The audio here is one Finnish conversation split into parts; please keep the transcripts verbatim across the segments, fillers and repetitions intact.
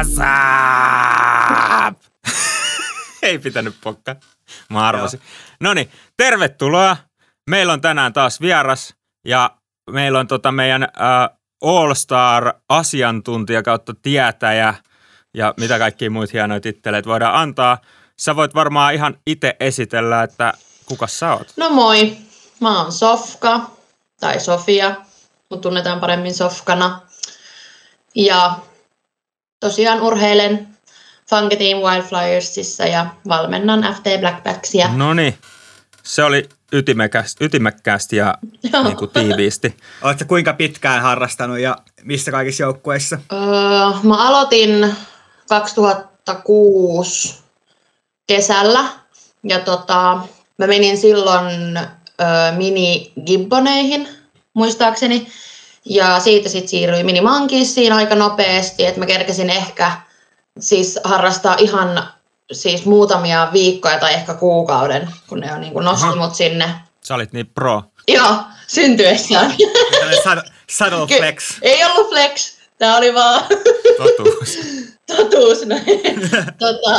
What's up? Ei pitänyt pokkaa. Mä arvasin. Noniin, tervetuloa. Meillä on tänään taas vieras ja meillä on tota meidän äh, All-Star-asiantuntija kautta tietäjä ja mitä kaikkia muita hienoja titteleitä voidaan antaa. Sä voit varmaan ihan itse esitellä, että kuka sä oot? No moi, mä oon Sofka tai Sofia, mut tunnetaan paremmin Sofkana. Ja tosiaan urheilen Funky Team Wildflyersissa ja valmennan F T Blackbacksia. Noniin, se oli ytimekästi, ytimekkäästi ja niin kuin tiiviisti. Oletko kuinka pitkään harrastanut ja missä kaikissa joukkueissa? Öö, mä aloitin kaksituhattakuusi kesällä ja tota, mä menin silloin öö, mini-gibboneihin muistaakseni. Ja siitä sitten siirryin mini-monkeisiin aika nopeasti, että mä kerkesin ehkä siis harrastaa ihan siis muutamia viikkoja tai ehkä kuukauden, kun ne on niin kuin nosti mut sinne. Sä olit niin pro. Joo, syntyessään. Subtle flex. Ei ollut flex, tää oli vaan Totuus. Totuus, näin. tota.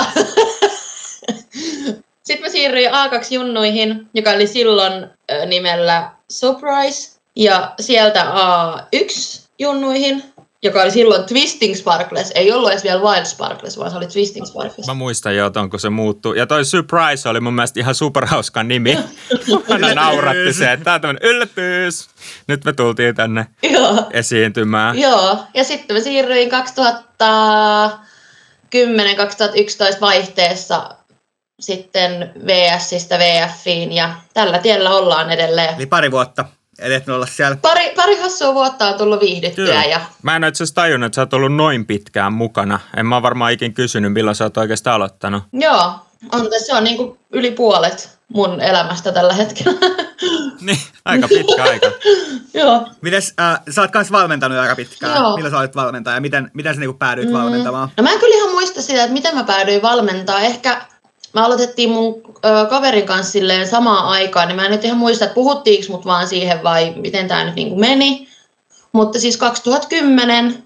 Sitten mä siirryin A kaksi junnuihin, joka oli silloin nimellä Surprise. Ja sieltä A yksi junnuihin, joka oli silloin Twisting Sparkles. Ei ollut edes vielä Wild Sparkles, vaan se oli Twisting Sparkles. Mä muistan jo, onko se muuttuu. Ja toi Surprise oli mun mielestä ihan superhauska nimi. Aina nauratti se, että tää on tämmönen yllätys. Nyt me tultiin tänne Joo. esiintymään. Joo, ja sitten mä siirryin kaksituhattakymmenen kaksituhattayksitoista vaihteessa sitten V S:istä V F:iin ja tällä tiellä ollaan edelleen. Eli pari vuotta edet olla siellä. Pari, pari hassua vuotta on tullut viihdyttyä. Ja... Mä en ole itse asiassa tajunnut, että sä oot ollut noin pitkään mukana. En mä varmaan ikin kysynyt, milloin sä oot oikeastaan aloittanut. Joo, on, se on niin kuin yli puolet mun elämästä tällä hetkellä. Niin, aika pitkä aika. Joo. Mites, äh, sä oot kans valmentanut aika pitkään. Joo. Milloin sä olit valmentaja ja miten, miten sä niinku päädyit mm. valmentamaan? No mä en kyllä ihan muista sitä, että miten mä päädyin valmentaa. Ehkä me aloitettiin mun ö, kaverin kanssa silleen samaan aikaan, niin mä en nyt ihan muista, että puhuttiinko mut vaan siihen vai miten tää nyt niinku meni. Mutta siis kaksituhattakymmenen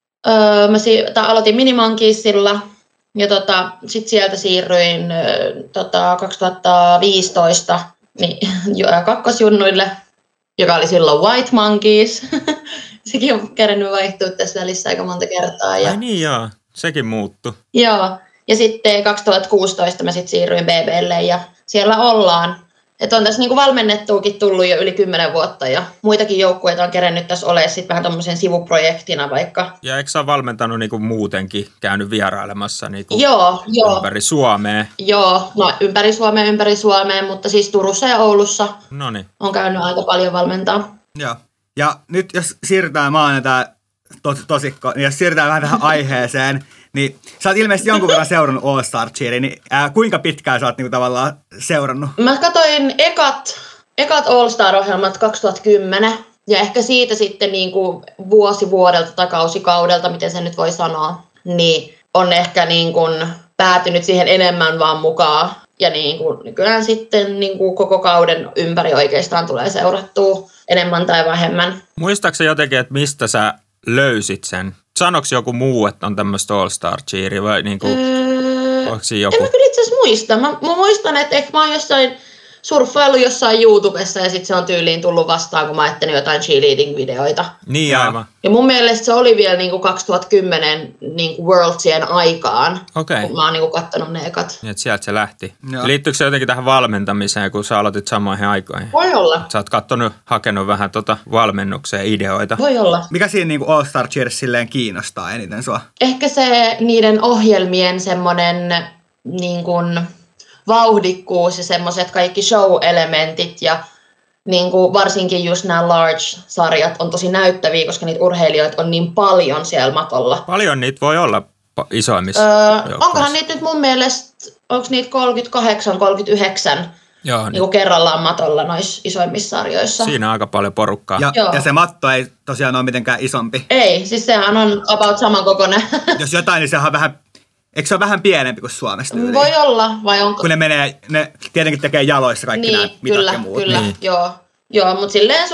ö, mä si- aloitin Minimonkeysilla ja tota, sit sieltä siirryin ö, tota, kaksituhattaviisitoista niin, kakkosjunnuille, joka oli silloin White Monkeys. Sekin on kerennyt vaihtua tässä välissä aika monta kertaa. Ja... Ai niin joo, sekin muuttui. Joo. Ja sitten kaksituhattakuusitoista mä sitten siirryin B B:lle ja siellä ollaan. Että on tässä niinku valmennettuukin tullut jo yli kymmenen vuotta ja muitakin joukkueita on kerennyt tässä olemaan sitten vähän tommoisen sivuprojektina vaikka. Ja eikö sä ole valmentanut niinku muutenkin, käynyt vierailemassa niinku joo, joo. ympäri Suomea? Joo, no ympäri Suomea, ympäri Suomea, mutta siis Turussa ja Oulussa Noniin. on käynyt aika paljon valmentaa. Joo. Ja nyt jos siirrytään maanantai tos, tosikko, niin jos siirrytään vähän tähän aiheeseen, niin sä oot ilmeisesti jonkun verran seurannut All Star Cheeria, niin ää, kuinka pitkään sä oot niinku tavallaan seurannut? Mä katsoin ekat, ekat All Star-ohjelmat kaksituhattakymmenen ja ehkä siitä sitten niinku vuosi vuodelta tai kausikaudelta, miten sen nyt voi sanoa, niin on ehkä niinku päätynyt siihen enemmän vaan mukaan. Ja niinku nykyään sitten niinku koko kauden ympäri oikeastaan tulee seurattua enemmän tai vähemmän. Muistaaksä jotenkin, että mistä sä löysit sen? Sanoiko joku muu, että on tämmöistä All Star Cheeria vai niinku, öö, onko siinä joku? En mä kyllä itse asiassa muista. Mä, mä muistan, että ehkä mä oon jossain surffaillut jossain YouTubessa ja sitten se on tyyliin tullut vastaan, kun mä ajattelin jotain cheerleading-videoita. Niin Joo. aivan. Ja mun mielestä se oli vielä niinku kaksituhattakymmenen niinku Worldsien aikaan, Okei. kun mä oon niinku kattonut ne ekat. Niin, että sieltä se lähti. Joo. Liittyykö se jotenkin tähän valmentamiseen, kun sä aloitit samoihin aikoihin? Voi olla. Sä oot kattonut, hakenut vähän tota valmennukseen ideoita. Voi olla. Mikä siinä niinku All Star Cheerissä silleen kiinnostaa eniten sua? Ehkä se niiden ohjelmien semmonen niin kuin vauhdikkuus ja semmoiset kaikki show-elementit ja niin kuin varsinkin just nämä large-sarjat on tosi näyttäviä, koska niitä urheilijoita on niin paljon siellä matolla. Paljon niitä voi olla isoimmissa Öö, joukkueissa. onkohan niitä nyt mun mielestä, onko niitä kolmekymmentäkahdeksan kolmekymmentäyhdeksän Joo, niin niin. kuin kerrallaan matolla noissa isoimmissa sarjoissa? Siinä on aika paljon porukkaa. Ja, Joo. ja se matto ei tosiaan ole mitenkään isompi. Ei, siis sehän on about samankokoinen. Jos jotain, niin sehän on vähän, eikö se ole vähän pienempi kuin Suomessa tyyliin? Voi olla, vai onko? Kun ne menee, ne tietenkin tekee jaloissa kaikki niin, nämä mitat kyllä, ja muut. Kyllä, Niin. joo. Joo, mutta silleen suht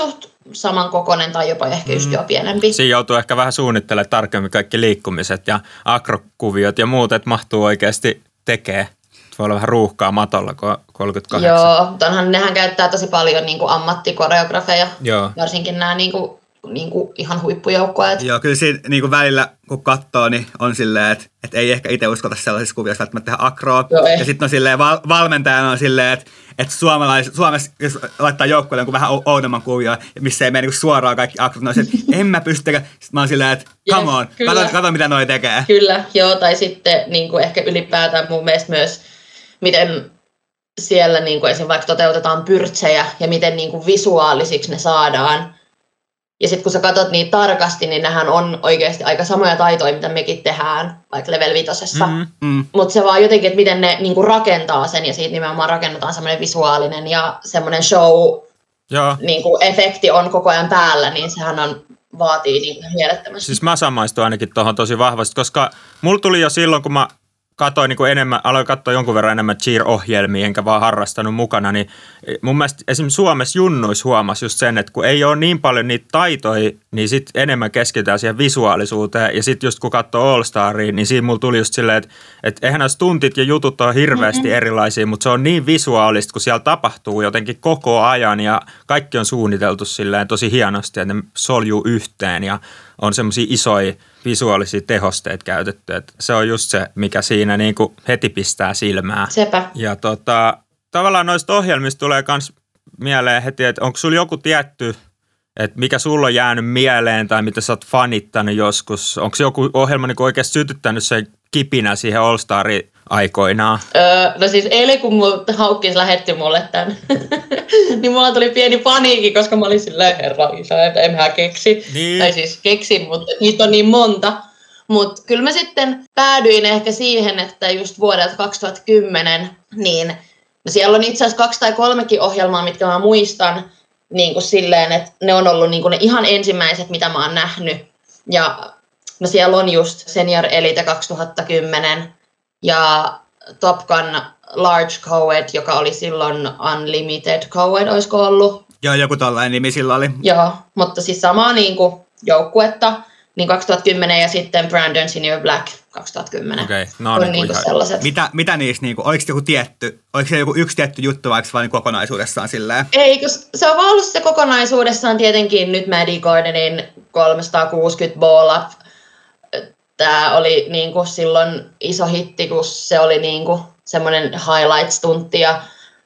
samankokoinen tai jopa ehkä just jo pienempi. Siinä joutuu ehkä vähän suunnittelemaan tarkemmin kaikki liikkumiset ja akrokuviot ja muut, että mahtuu oikeasti tekee. Voi olla vähän ruuhkaa matolla, kun kolmekymmentäkahdeksan. Joo, mutta onhan, nehän käyttää tosi paljon niin kuin ammattikoreografeja, Joo. varsinkin nämä niin kuin, niin kuin ihan huippujoukkueet. Joo, kyllä siinä niin kuin välillä, kun katsoo, niin on silleen, että, että ei ehkä itse uskota sellaisissa kuvioissa välttämättä tehdä akroa. Joo, ja sitten on silleen, val, valmentajana on silleen, että, että suomalais, Suomessa, jos laittaa joukkueelle jonkun vähän oudomman kuvioon, missä ei mene niin suoraan kaikki akrot, niin on se, että en mä pysty tekemään. Sitten mä oon silleen, että come on, kato, kato mitä noi tekee. Kyllä, joo, tai sitten niin kuin ehkä ylipäätään mun mielestä myös, miten siellä niin kuin esimerkiksi vaikka toteutetaan pyrtsejä ja miten niin kuin visuaalisiksi ne saadaan. Ja sitten kun sä katsot niitä tarkasti, niin nehän on oikeasti aika samoja taitoja, mitä mekin tehdään, vaikka level vitosessa. Mm, mm. Mutta se vaan jotenkin, että miten ne niinku rakentaa sen, ja siitä nimenomaan rakennetaan semmoinen visuaalinen ja semmoinen show-efekti on koko ajan päällä, niin sehän on, vaatii niinku mielettömästi. Siis mä samaistun ainakin tuohon tosi vahvasti, koska mulla tuli jo silloin, kun mä katoin niin kuin enemmän, aloin katsoa jonkun verran enemmän cheer-ohjelmia, enkä vaan harrastanut mukana, niin mun mielestä esimerkiksi Suomessa junnuissa huomasi just sen, että kun ei ole niin paljon niitä taitoja, niin sitten enemmän keskitytään siihen visuaalisuuteen. Ja sitten just kun katsoo All Staria, niin siinä mulla tuli just silleen, että, että eihän nämä stuntit ja jutut ole hirveästi mm-hmm. erilaisia, mutta se on niin visuaalista, kun siellä tapahtuu jotenkin koko ajan ja kaikki on suunniteltu silleen tosi hienosti, että ne soljuu yhteen ja on semmoisia isoja visuaalisia tehosteita käytetty. Että se on just se, mikä siinä niin kuin heti pistää silmää. Sepä. Ja tota, tavallaan noista ohjelmista tulee myös mieleen heti, että onko sulla joku tietty, että mikä sulla on jäänyt mieleen tai mitä sä oot fanittanut joskus? Onko joku ohjelma niin oikeasti sytyttänyt se kipinä siihen All Stariin aikoinaan? Öö, no siis eilen kun mulla Haukkis lähetti mulle tämän, niin mulla tuli pieni paniikki, koska mä olin silleen, herra isä, että en mä keksi. Niin. Tai siis keksin, mutta niitä on niin monta. Mutta kyllä mä sitten päädyin ehkä siihen, että just vuodelta kaksituhattakymmenen, niin no siellä on itse asiassa kaksi tai kolmekin ohjelmaa, mitkä mä muistan niin kuin silleen, että ne on ollut niin kuin ne ihan ensimmäiset, mitä mä oon nähnyt. Ja no siellä on just Senior Elite kaksituhattakymmenen ja Top Gun Large Co-ed, joka oli silloin Unlimited Co-ed, olisiko ollut? Joo, joku tollainen nimi sillä oli. Joo, mutta siis samaa niin kuin joukkuetta, niin kaksituhattakymmenen ja sitten Brandon Senior Black kaksituhattakymmenen. Okei, okay. No on niin niin kuin sellaiset. Mitä, mitä niissä, niinku, oliko se joku tietty, oliko se joku yksi tietty juttu vai vain kokonaisuudessaan silleen? Ei, se on vaan ollut se kokonaisuudessaan tietenkin nyt Maddie Gardenin kolmesataakuusikymmentä ball up. Tämä oli niin kuin silloin iso hitti, kun se oli niin kuin semmoinen highlights-tunti ja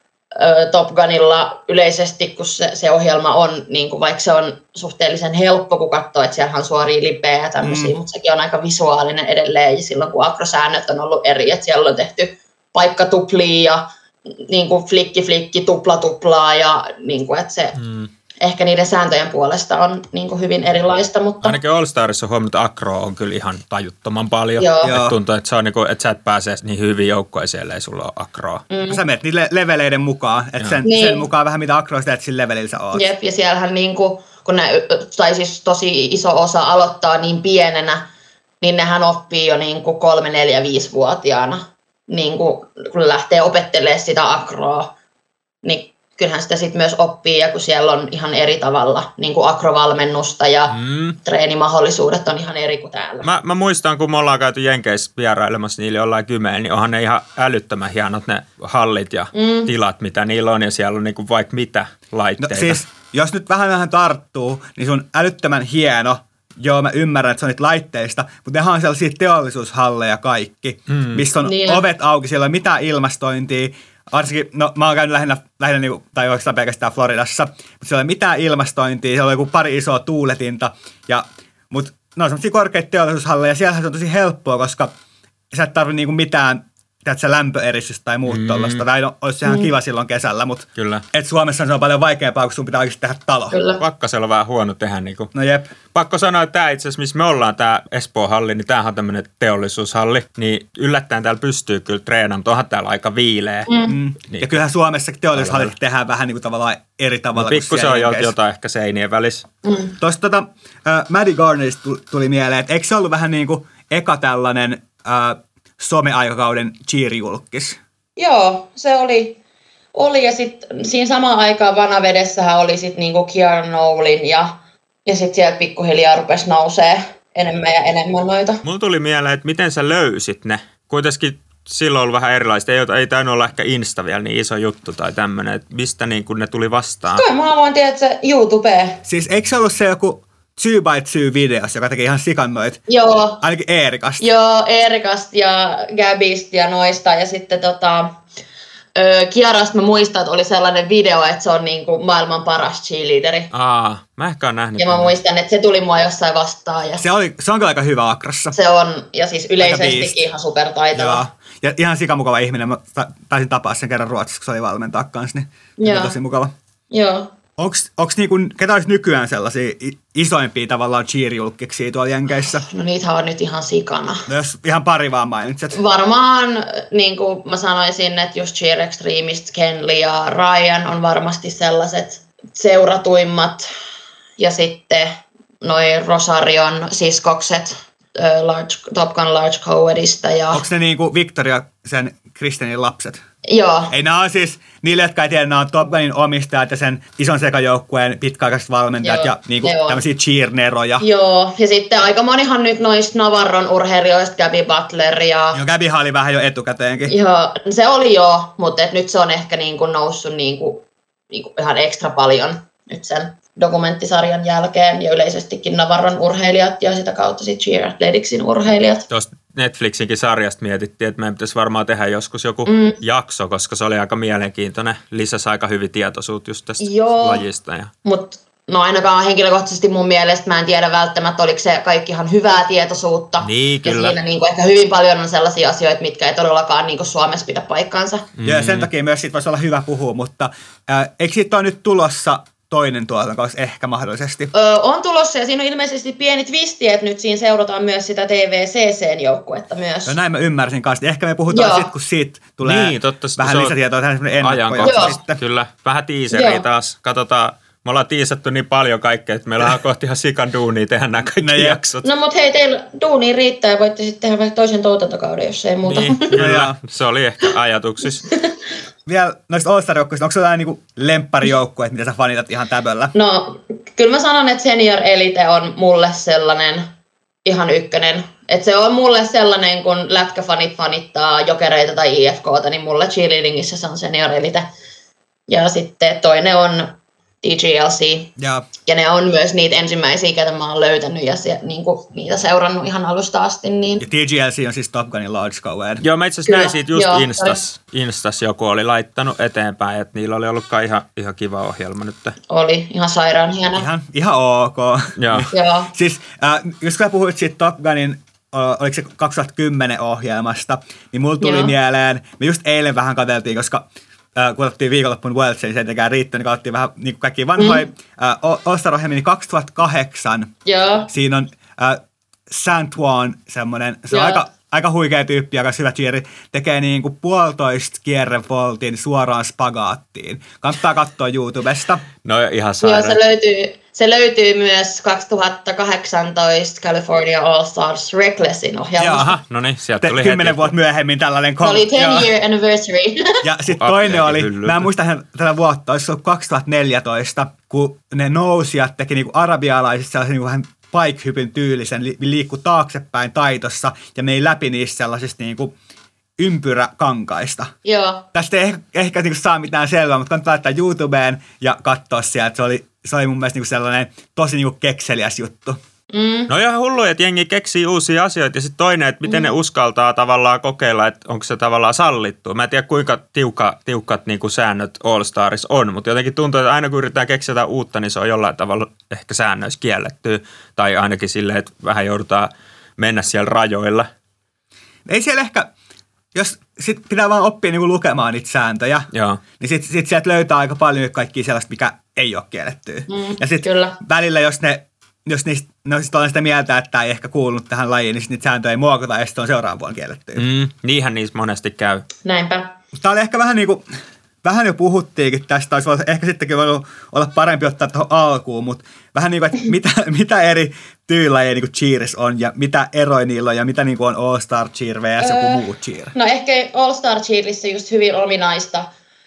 ö, Top Gunilla yleisesti, kun se, se ohjelma on, niin kuin, vaikka se on suhteellisen helppo, kun katsoo, että siellä on suoria lipejä ja tämmöisiä, mm. mutta sekin on aika visuaalinen edelleen ja silloin kun akrosäännöt on ollut eri, että siellä on tehty paikkatuplia ja niin kuin flikki, flikki, tupla, tuplaa ja niin kuin, että se... Mm. Ehkä niiden sääntöjen puolesta on niin kuin hyvin erilaista, mutta... Ainakin All Starissa on huomannut, että akro on kyllä ihan tajuttoman paljon. Joo. Että tuntuu, että, se on niin kuin, että sä et pääse niin hyvin joukkoon siellä, ei sulla ole akroa. Mm. Sä menet niille leveleiden mukaan, että sen, niin. sen mukaan vähän mitä akroa sitä, että sillä levelillä sä oot. Jep, ja siellähän niin kuin, kun ne, tai siis tosi iso osa aloittaa niin pienenä, niin nehän oppii jo niin kuin kolme, neljä, viisivuotiaana, niin kuin, kun lähtee opettelemaan sitä akroa, niin kyllähän sitä sitten myös oppii, ja kun siellä on ihan eri tavalla niin kuin akrovalmennusta ja mm. treenimahdollisuudet on ihan eri kuin täällä. Mä, mä muistan, kun me ollaan käyty Jenkeissä vierailemassa niille jollain kymeen, niin onhan ne ihan älyttömän hienot ne hallit ja mm. tilat, mitä niillä on, ja siellä on niin kuin vaikka mitä laitteita. No siis, jos nyt vähän vähän tarttuu, niin se on älyttömän hieno. Joo, mä ymmärrän, että se on niitä laitteista, mutta nehän on sellaisia teollisuushalleja kaikki, mm. missä on niin. ovet auki, siellä ei ole mitään ilmastointia. Varsinkin, no mä oon käynyt lähinnä, lähinnä niinku, tai oikeastaan pelkästään Floridassa, mutta siellä ei ole mitään ilmastointia, siellä on joku pari isoa tuuletinta, ja, mutta ne on semmoisia korkeita teollisuushalleja, ja siellähän se on tosi helppoa, koska sä et tarvitse niinku mitään, tiedätkö, lämpöeristystä tai muut mm. tollaista, tai no, olisi ihan mm. kiva silloin kesällä, mutta Kyllä. et Suomessa se on paljon vaikeampaa, kun sun pitää oikeasti tehdä talo. Kyllä. Pakkasella on vähän huono tehdä. Niin kuin. No jep. Pakko sanoa, että tämä itse asiassa, missä me ollaan, tämä Espoo-halli, niin tämähän on tämmöinen teollisuushalli, niin yllättäen täällä pystyy kyllä treenaamaan, mutta onhan täällä aika viileä. Mm. Mm. Niin. Ja kyllähän Suomessa teollisuushallit tehdään vähän niin kuin tavallaan eri tavalla no, pikku se on jotain, jotain ehkä seinien välissä. Mm. Tuosta tota, äh, Maddie Garnerista tuli mieleen, että eikö se ollut vähän niin kuin eka tällainen äh, some-aikakauden cheer-julkkis? Joo, se oli, Oli ja sitten siinä samaan aikaan Vanavedessähän oli sitten niinku Kiara Knowlin ja, ja sitten sieltä pikkuhiljaa rupesi nousee enemmän ja enemmän noita. Mulla tuli mieleen, että miten sä löysit ne. Kuitenkin silloin oli vähän erilaista. Ei, ei tainnut olla ehkä Insta vielä niin iso juttu tai tämmöinen, että mistä niin kun ne tuli vastaan. Kai mä haluan tiedä, että se YouTube. Siis eikö se ollut se joku two by two videos, joka teki ihan sikannoit? Joo. Ainakin Eerikasta. Joo, Eerikasta ja Gabista ja noista ja sitten tota... Kiarasta mä muistan, että oli sellainen video, että se on niin kuin maailman paras cheerleaderi. Aa, mä ehkä oon nähnyt. Ja mä muistan, että se tuli mua jossain vastaan. Ja se, oli, se on kyllä aika hyvä akrassa. Se on, ja siis yleisestikin ihan supertaitava. Joo. Ja ihan sikamukava ihminen. Mä taisin tapaa sen kerran Ruotsissa, kun se oli valmentaa kanssa, niin Joo. tosi mukava. Joo. Onks, onks niinku, ketä olisi nykyään sellaisia isoimpia tavallaan cheer-julkkiksia tuolla Jenkeissä? No niitä on nyt ihan sikana. No jos ihan pari vaan mainitset. Varmaan, niin kuin mä sanoisin, että just Cheer Extremist, Kenley ja Ryan on varmasti sellaiset seuratuimmat. Ja sitten noi Rosarion siskokset large, Top Gun Large Co-edistä. Ja... Onko ne niinku Victoria sen Kristenin lapset? Joo. Ei, nämä on siis, niille jotka ei tiedä, nämä on Top Gunin omistajat ja sen ison sekajoukkueen pitkäaikaiset valmentajat Joo, ja niinku tämmöisiä cheer-neroja. Joo, ja sitten aika monihan nyt noista Navarron urheilijoista, Gabby Butler ja... Joo, Gabbyhan oli vähän jo etukäteenkin. Joo, se oli joo, mutta et nyt se on ehkä niinku noussut niinku, niinku ihan ekstra paljon nyt sen dokumenttisarjan jälkeen ja yleisestikin Navarron urheilijat ja sitä kautta sitten Cheer Athleticsin urheilijat. Tuosta Netflixinkin sarjasta mietittiin, että meidän pitäisi varmaan tehdä joskus joku mm. jakso, koska se oli aika mielenkiintoinen. Lisäsi aika hyvin tietoisuutta just tästä Joo. lajista. Ja... Mutta no ainakaan henkilökohtaisesti mun mielestä mä en tiedä välttämättä, oliko se kaikki ihan hyvää tietoisuutta. Niin, kyllä. Ja siinä niinku ehkä hyvin paljon on sellaisia asioita, mitkä ei todellakaan niinku Suomessa pidä paikkaansa. Mm-hmm. Ja sen takia myös siitä voisi olla hyvä puhua, mutta äh, eikö siitä ole nyt tulossa toinen tuotanto, ehkä mahdollisesti? Öö, on tulossa ja siinä on ilmeisesti pieni twisti, että nyt siinä seurataan myös sitä T V C C:n-joukkuetta myös. No näin mä ymmärsin kanssa. Ehkä me puhutaan sitten, kun siitä tulee niin, totta, vähän lisätietoa, tähän semmoinen ennakkojakso sitten. Kyllä, vähän tiiseriä taas. Katsotaan. Me ollaan tiisattu niin paljon kaikkea, että meillä on kohti ihan sikan duunia tehdä nämä kaikki no, jaksot. No mutta hei, teillä duunia riittää ja voitte sitten tehdä vaikka toisen tuotantokauden, jos ei muuta. Niin, kyllä. Se oli ehkä ajatuksissa. Vielä noista All-Star-joukkueista, onko sellainen niin lempparijoukkueet, mitä sä fanitat ihan täböllä? No, kyllä mä sanon, että Senior Elite on mulle sellainen ihan ykkönen. Että se on mulle sellainen, kun lätkäfanit fanittaa Jokereita tai I F K:ta, niin mulle cheerleadingissä se on Senior Elite. Ja sitten toinen on T G L C. Ja, ja ne on myös niitä ensimmäisiä, ketä mä oon löytänyt ja se, niinku, niitä seurannut ihan alusta asti. Niin. Ja T G L C on siis Top Gunin Large Co-ed. Joo, mä itse asiassa näin siitä just joo, Instas, Instas joku oli laittanut eteenpäin, että niillä oli ollutkaan ihan, ihan kiva ohjelma nyt. Oli, ihan sairaan hieno. Ihan, ihan ok. Joo. Joo. Siis, äh, jos sä puhuit siitä Top Gunin, oliko se kaksituhattakymmenen ohjelmasta, niin mulla tuli joo. mieleen, me just eilen vähän katseltiin, koska kun otettiin viikonloppuun Worldsia, niin se ei tietenkään riittänyt, niin katsottiin vähän niin kuin kaikkia vanhoja mm. uh, All-Star-ohjelmia, niin kaksituhattakahdeksan Joo. siinä on uh, Santuan semmoinen, se on aika, aika huikea tyyppi, joka hyvä cheeri, tekee niin kuin puolitoista kierrevoltin suoraan spagaattiin. Kannattaa katsoa YouTubesta. No ihan sairaan. Joo, se löytyy, se löytyy myös kaksituhattakahdeksantoista California All-Stars Recklessin ohjelmasta. Jaha, no niin, sieltä tuli heti. Kymmenen vuotta myöhemmin tällainen. Se oli ten year anniversary. Ja sitten toinen oli, mä en muista tätä vuotta, olisi ollut kaksituhattaneljätoista, kun ne nousijat teki niinku arabialaiset sellaisen niinku vähän bike-hypyn tyylisen, li- liikkui taaksepäin taitossa ja meni läpi niistä sellaisista niinku ympyräkankaista. Joo. Tästä ei ehkä, ehkä niinku saa mitään selvää, mutta kannattaa laittaa YouTubeen ja katsoa sieltä. Se oli, se oli mun mielestä niinku sellainen tosi niinku kekseliäs juttu. Mm. No ihan hulluja, että jengi keksii uusia asioita ja sitten toinen, että miten mm. ne uskaltaa tavallaan kokeilla, että onko se tavallaan sallittu. Mä en tiedä kuinka tiukka, tiukat niinku säännöt All Starissa on, mutta jotenkin tuntuu, että aina kun yritetään keksiä jotain uutta, niin se on jollain tavalla ehkä säännöissä kielletty. Tai ainakin silleen, että vähän joudutaan mennä siellä rajoilla. Ei siellä ehkä, jos sit pitää vaan oppia niinku lukemaan niitä sääntöjä, Joo. niin sitten sit sieltä löytää aika paljon kaikkia sellaista, mikä ei ole kiellettyä. Mm, ja sitten välillä, jos ne Jos niistä, no sit olen sitä mieltä, että tämä ei ehkä kuulunut tähän lajiin, niin niitä sääntöjä ei muokata ja sitten on seuraavan vuonna kiellettyä. Mm, niinhän niissä monesti käy. Näinpä. Tämä oli ehkä vähän niin kuin, vähän jo puhuttiinkin tästä, olisi voinut, ehkä sittenkin voinut olla parempi ottaa tuohon alkuun, mutta vähän niin kuin, että mitä, mitä eri tyylajeja niin kuin cheers on ja mitä eroja niillä on ja mitä niin kuin on All Star Cheer versus öö, joku muu cheer. No ehkä All Star Cheerissä just hyvin ominaista,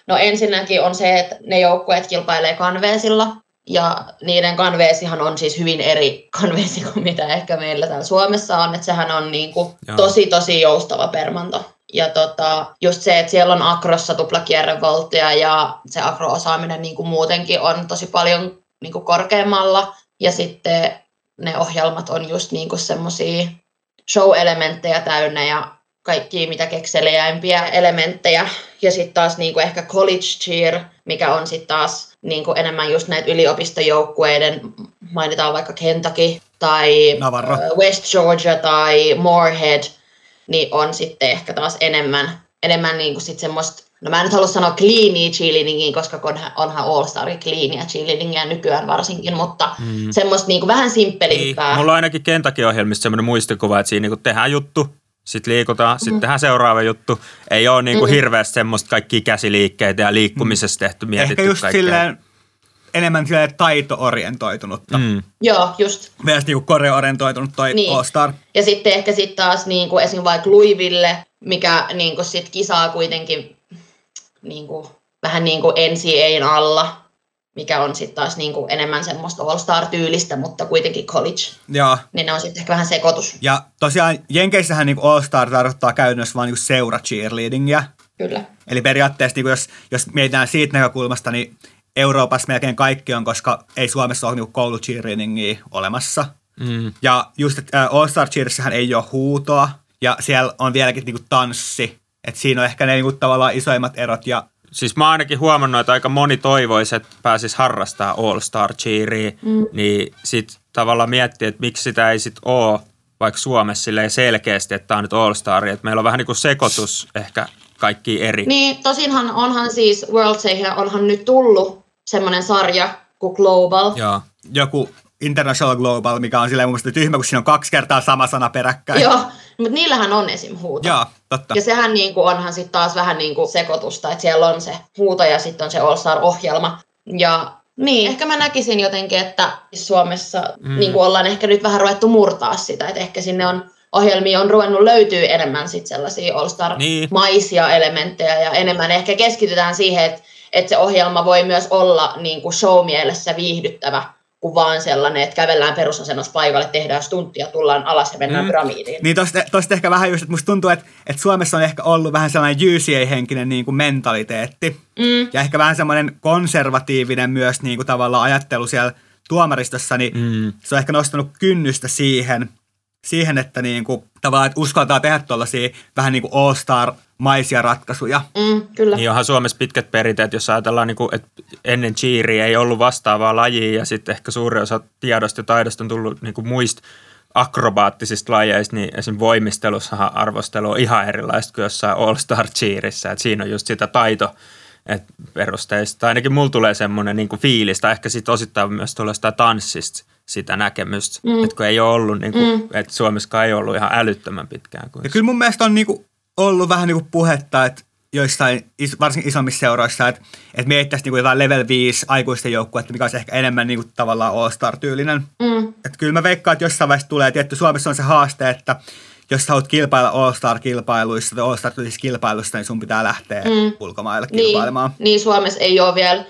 No ensinnäkin on se, että ne joukkueet kilpailee kanveesilla. Ja niiden kanveesihan on siis hyvin eri kanveesi kuin mitä ehkä meillä täällä Suomessa on. Että sehän on niinku tosi tosi joustava permanto. Ja tota, just se, että siellä on akrossa tuplakierrevoltteja ja se akro-osaaminen niinku muutenkin on tosi paljon niinku korkeammalla. Ja sitten ne ohjelmat on just niinku semmosia show-elementtejä täynnä ja kaikkia mitä kekseliäimpiä elementtejä. Ja sitten taas niinku ehkä college cheer, mikä on sitten taas niinku enemmän just näitä yliopistojoukkueiden, mainitaan vaikka Kentucky tai Navarro. West Georgia tai Moorhead, niin on sitten ehkä taas enemmän, enemmän niinku sit semmoista, no mä en nyt halua sanoa cleania cheerleadingia, koska onhan All-Starin cleania cheerleadingia nykyään varsinkin, mutta mm. semmoista niinku vähän simppelimpää. Niin. Mulla on ainakin Kentucky-ohjelmista semmoinen muistikuva, että siinä niinku tehdään juttu, sitten liikutaan, sitten mm. tehdään seuraava juttu. Ei ole niinku mm. hirveästi semmoista kaikkia käsiliikkeitä ja liikkumisessa tehty mietitty ehkä just kaikkea. silleen enemmän silleen taito-orientoitunutta. Mm. Joo, just. Myös niinku koreo-orientoitunut toi niin. All-Star. Ja sitten ehkä sitten taas niinku esimerkiksi vaikka Louisville, mikä niinku sit kisaa kuitenkin niinku, vähän niin kuin N C A:n alla, mikä on sitten taas niinku enemmän semmoista All-Star-tyylistä, mutta kuitenkin college. Joo. Niin ne on sitten ehkä vähän sekoitus. Ja tosiaan Jenkeissähän niinku All-Star tarkoittaa käytännössä vaan niinku seura-cheerleadingia. Kyllä. Eli periaatteessa, niinku jos, jos mietitään siitä näkökulmasta, niin Euroopassa melkein kaikki on, koska ei Suomessa ole niinku koulu-cheerleadingia olemassa. Mm. Ja just, että All-Star cheerissähän ei ole huutoa, ja siellä on vieläkin niinku tanssi. Että siinä on ehkä ne niinku tavallaan isoimmat erot. Ja siis mä oon ainakin huomannut, että aika moni toivoisi, että pääsisi harrastaa All-Star cheeria, mm. niin sit tavallaan miettii, että miksi sitä ei sit ole vaikka Suomessa silleen selkeästi, että tää on nyt All-Star, että meillä on vähän niin kuin sekoitus ehkä kaikki eri. Niin, tosinhan onhan siis Worldseihin onhan nyt tullut semmoinen sarja kuin Global. Joo. Joku International Global, mikä on silleen mun mielestä tyhmä, kun siinä on kaksi kertaa sama sana peräkkäin. Joo, mutta niillähän on esim. Huuto. Joo, totta. Ja sehän niinku onhan sitten taas vähän niinku sekoitusta, että siellä on se huuto ja sitten on se All-Star-ohjelma. Ja niin, ehkä mä näkisin jotenkin, että Suomessa mm. niinku ollaan ehkä nyt vähän ruvettu murtaa sitä, että ehkä sinne on ohjelmia on ruvennut löytyy enemmän sit sellaisia All-Star-maisia niin. elementtejä ja enemmän ehkä keskitytään siihen, että, että se ohjelma voi myös olla niinku show-mielessä viihdyttävä, kuin vaan sellainen, että kävellään perusasennossa paikalle, tehdään stuntia, tullaan alas ja mennään mm. pyramidiin. Niin tosta, tosta ehkä vähän just, että musta tuntuu, että, että Suomessa on ehkä ollut vähän sellainen U C A-henkinen niin kuin mentaliteetti. Mm. Ja ehkä vähän semmoinen konservatiivinen myös niin kuin tavallaan ajattelu siellä tuomaristossa, niin mm. se on ehkä nostanut kynnystä siihen, siihen että niin kuin, tavallaan että uskaltaa tehdä tuollaisia vähän niin kuin all-star-maisia ratkaisuja. Mm, kyllä. Niin onhan Suomessa pitkät perinteet, jos ajatellaan, niin kuin, että ennen cheeria ei ollut vastaavaa lajia ja sitten ehkä suuri osa tiedosta ja taidosta on tullut niin kuin muista akrobaattisista lajeista, niin esimerkiksi voimistelussahan arvostelu on ihan erilaista kuin jossain all-star cheerissä, että siinä on just sitä taito, että perusteista. Tai ainakin mulla tulee semmoinen niin kuin fiilis, tai ehkä sitten osittain myös tulee sitä tanssista sitä näkemystä, mm. että kun ei ole ollut, niin kuin, mm. että Suomessa ei ollut ihan älyttömän pitkään. Kuin ja kyllä mun mielestä on niin kuin ollut vähän niin kuin puhetta, että joissain, varsinkin isommissa seuroissa, että, että mietittäisiin niin kuin jotain level viisi aikuisten joukkuetta, mikä olisi ehkä enemmän niin kuin tavallaan all-star-tyylinen. Mm. Että kyllä mä veikkaan, että jossain vaiheessa tulee, tietty Suomessa on se haaste, että jos sä haluat kilpailla all-star-kilpailuissa tai all-star-tyylisissä kilpailuissa, niin sun pitää lähteä mm. ulkomaille kilpailemaan. Niin, niin Suomessa ei ole vielä,